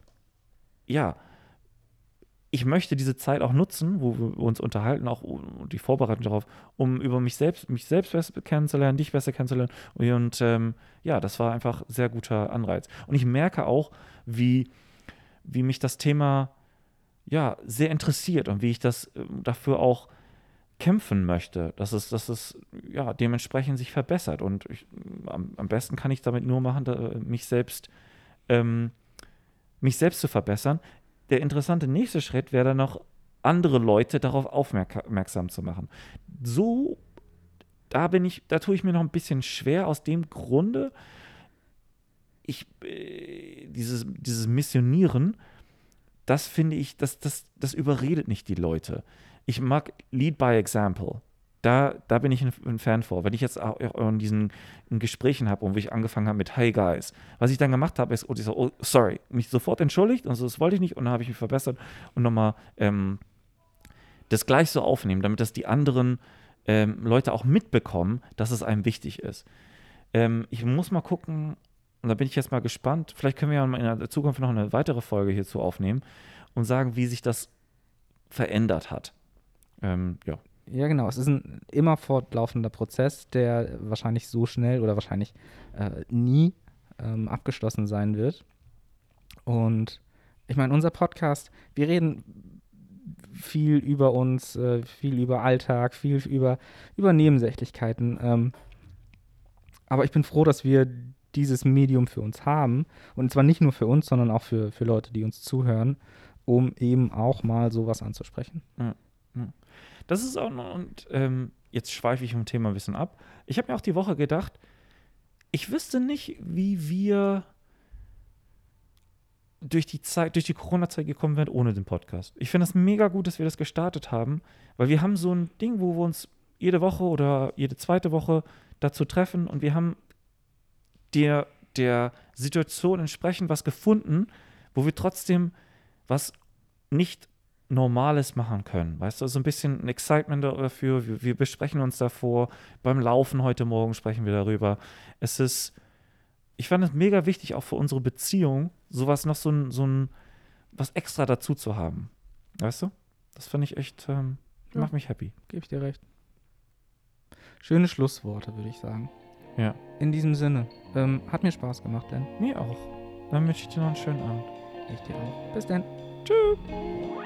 Speaker 2: ja, ich möchte diese Zeit auch nutzen, wo wir uns unterhalten, auch um- die Vorbereitung darauf, um über mich selbst, mich selbst besser kennenzulernen, dich besser kennenzulernen. Und ähm, ja, das war einfach ein sehr guter Anreiz. Und ich merke auch, wie, wie mich das Thema ja sehr interessiert und wie ich das ähm, dafür auch kämpfen möchte, dass es, dass es ja dementsprechend sich verbessert. Und ich, am, am besten kann ich damit nur machen, da, mich selbst ähm, mich selbst zu verbessern. Der interessante nächste Schritt wäre dann noch, andere Leute darauf aufmerksam zu machen. So, da bin ich, da tue ich mir noch ein bisschen schwer aus dem Grunde, ich, äh, dieses, dieses Missionieren, das finde ich, das, das, das überredet nicht die Leute. Ich mag Lead by Example. Da, da bin ich ein, ein Fan vor. Wenn ich jetzt auch in diesen in Gesprächen habe, wo ich angefangen habe mit Hey Guys, was ich dann gemacht habe, ist, oh, ich so, oh, sorry, mich sofort entschuldigt und so, das wollte ich nicht und dann habe ich mich verbessert und nochmal ähm, das gleich so aufnehmen, damit das die anderen ähm, Leute auch mitbekommen, dass es einem wichtig ist. Ähm, ich muss mal gucken, und da bin ich jetzt mal gespannt, vielleicht können wir ja in der Zukunft noch eine weitere Folge hierzu aufnehmen und sagen, wie sich das verändert hat. Ähm, ja.
Speaker 3: Ja, genau. Es ist ein immer fortlaufender Prozess, der wahrscheinlich so schnell oder wahrscheinlich äh, nie ähm, abgeschlossen sein wird. Und ich meine, unser Podcast, wir reden viel über uns, äh, viel über Alltag, viel über, über Nebensächlichkeiten. Ähm, aber ich bin froh, dass wir dieses Medium für uns haben. Und zwar nicht nur für uns, sondern auch für, für Leute, die uns zuhören, um eben auch mal sowas anzusprechen.
Speaker 2: Ja, ja. Das ist auch noch, und ähm, jetzt schweife ich vom Thema ein bisschen ab. Ich habe mir auch die Woche gedacht, ich wüsste nicht, wie wir durch die Zeit, durch die Corona-Zeit gekommen wären ohne den Podcast. Ich finde es mega gut, dass wir das gestartet haben, weil wir haben so ein Ding, wo wir uns jede Woche oder jede zweite Woche dazu treffen und wir haben der, der Situation entsprechend was gefunden, wo wir trotzdem was nicht Normales machen können. Weißt du, so ein bisschen ein Excitement dafür. Wir, wir besprechen uns davor. Beim Laufen heute Morgen sprechen wir darüber. Es ist, ich fand es mega wichtig, auch für unsere Beziehung, sowas noch so ein, so ein, was extra dazu zu haben. Weißt du? Das fand ich echt, ähm,
Speaker 3: Ja.
Speaker 2: macht mich happy.
Speaker 3: Gebe ich dir recht. Schöne Schlussworte, würde ich sagen.
Speaker 2: Ja.
Speaker 3: In diesem Sinne, ähm, hat mir Spaß gemacht, denn
Speaker 2: Mir auch. Dann wünsche ich dir noch einen schönen Abend.
Speaker 3: ich dir auch. Bis dann.
Speaker 2: Tschüss.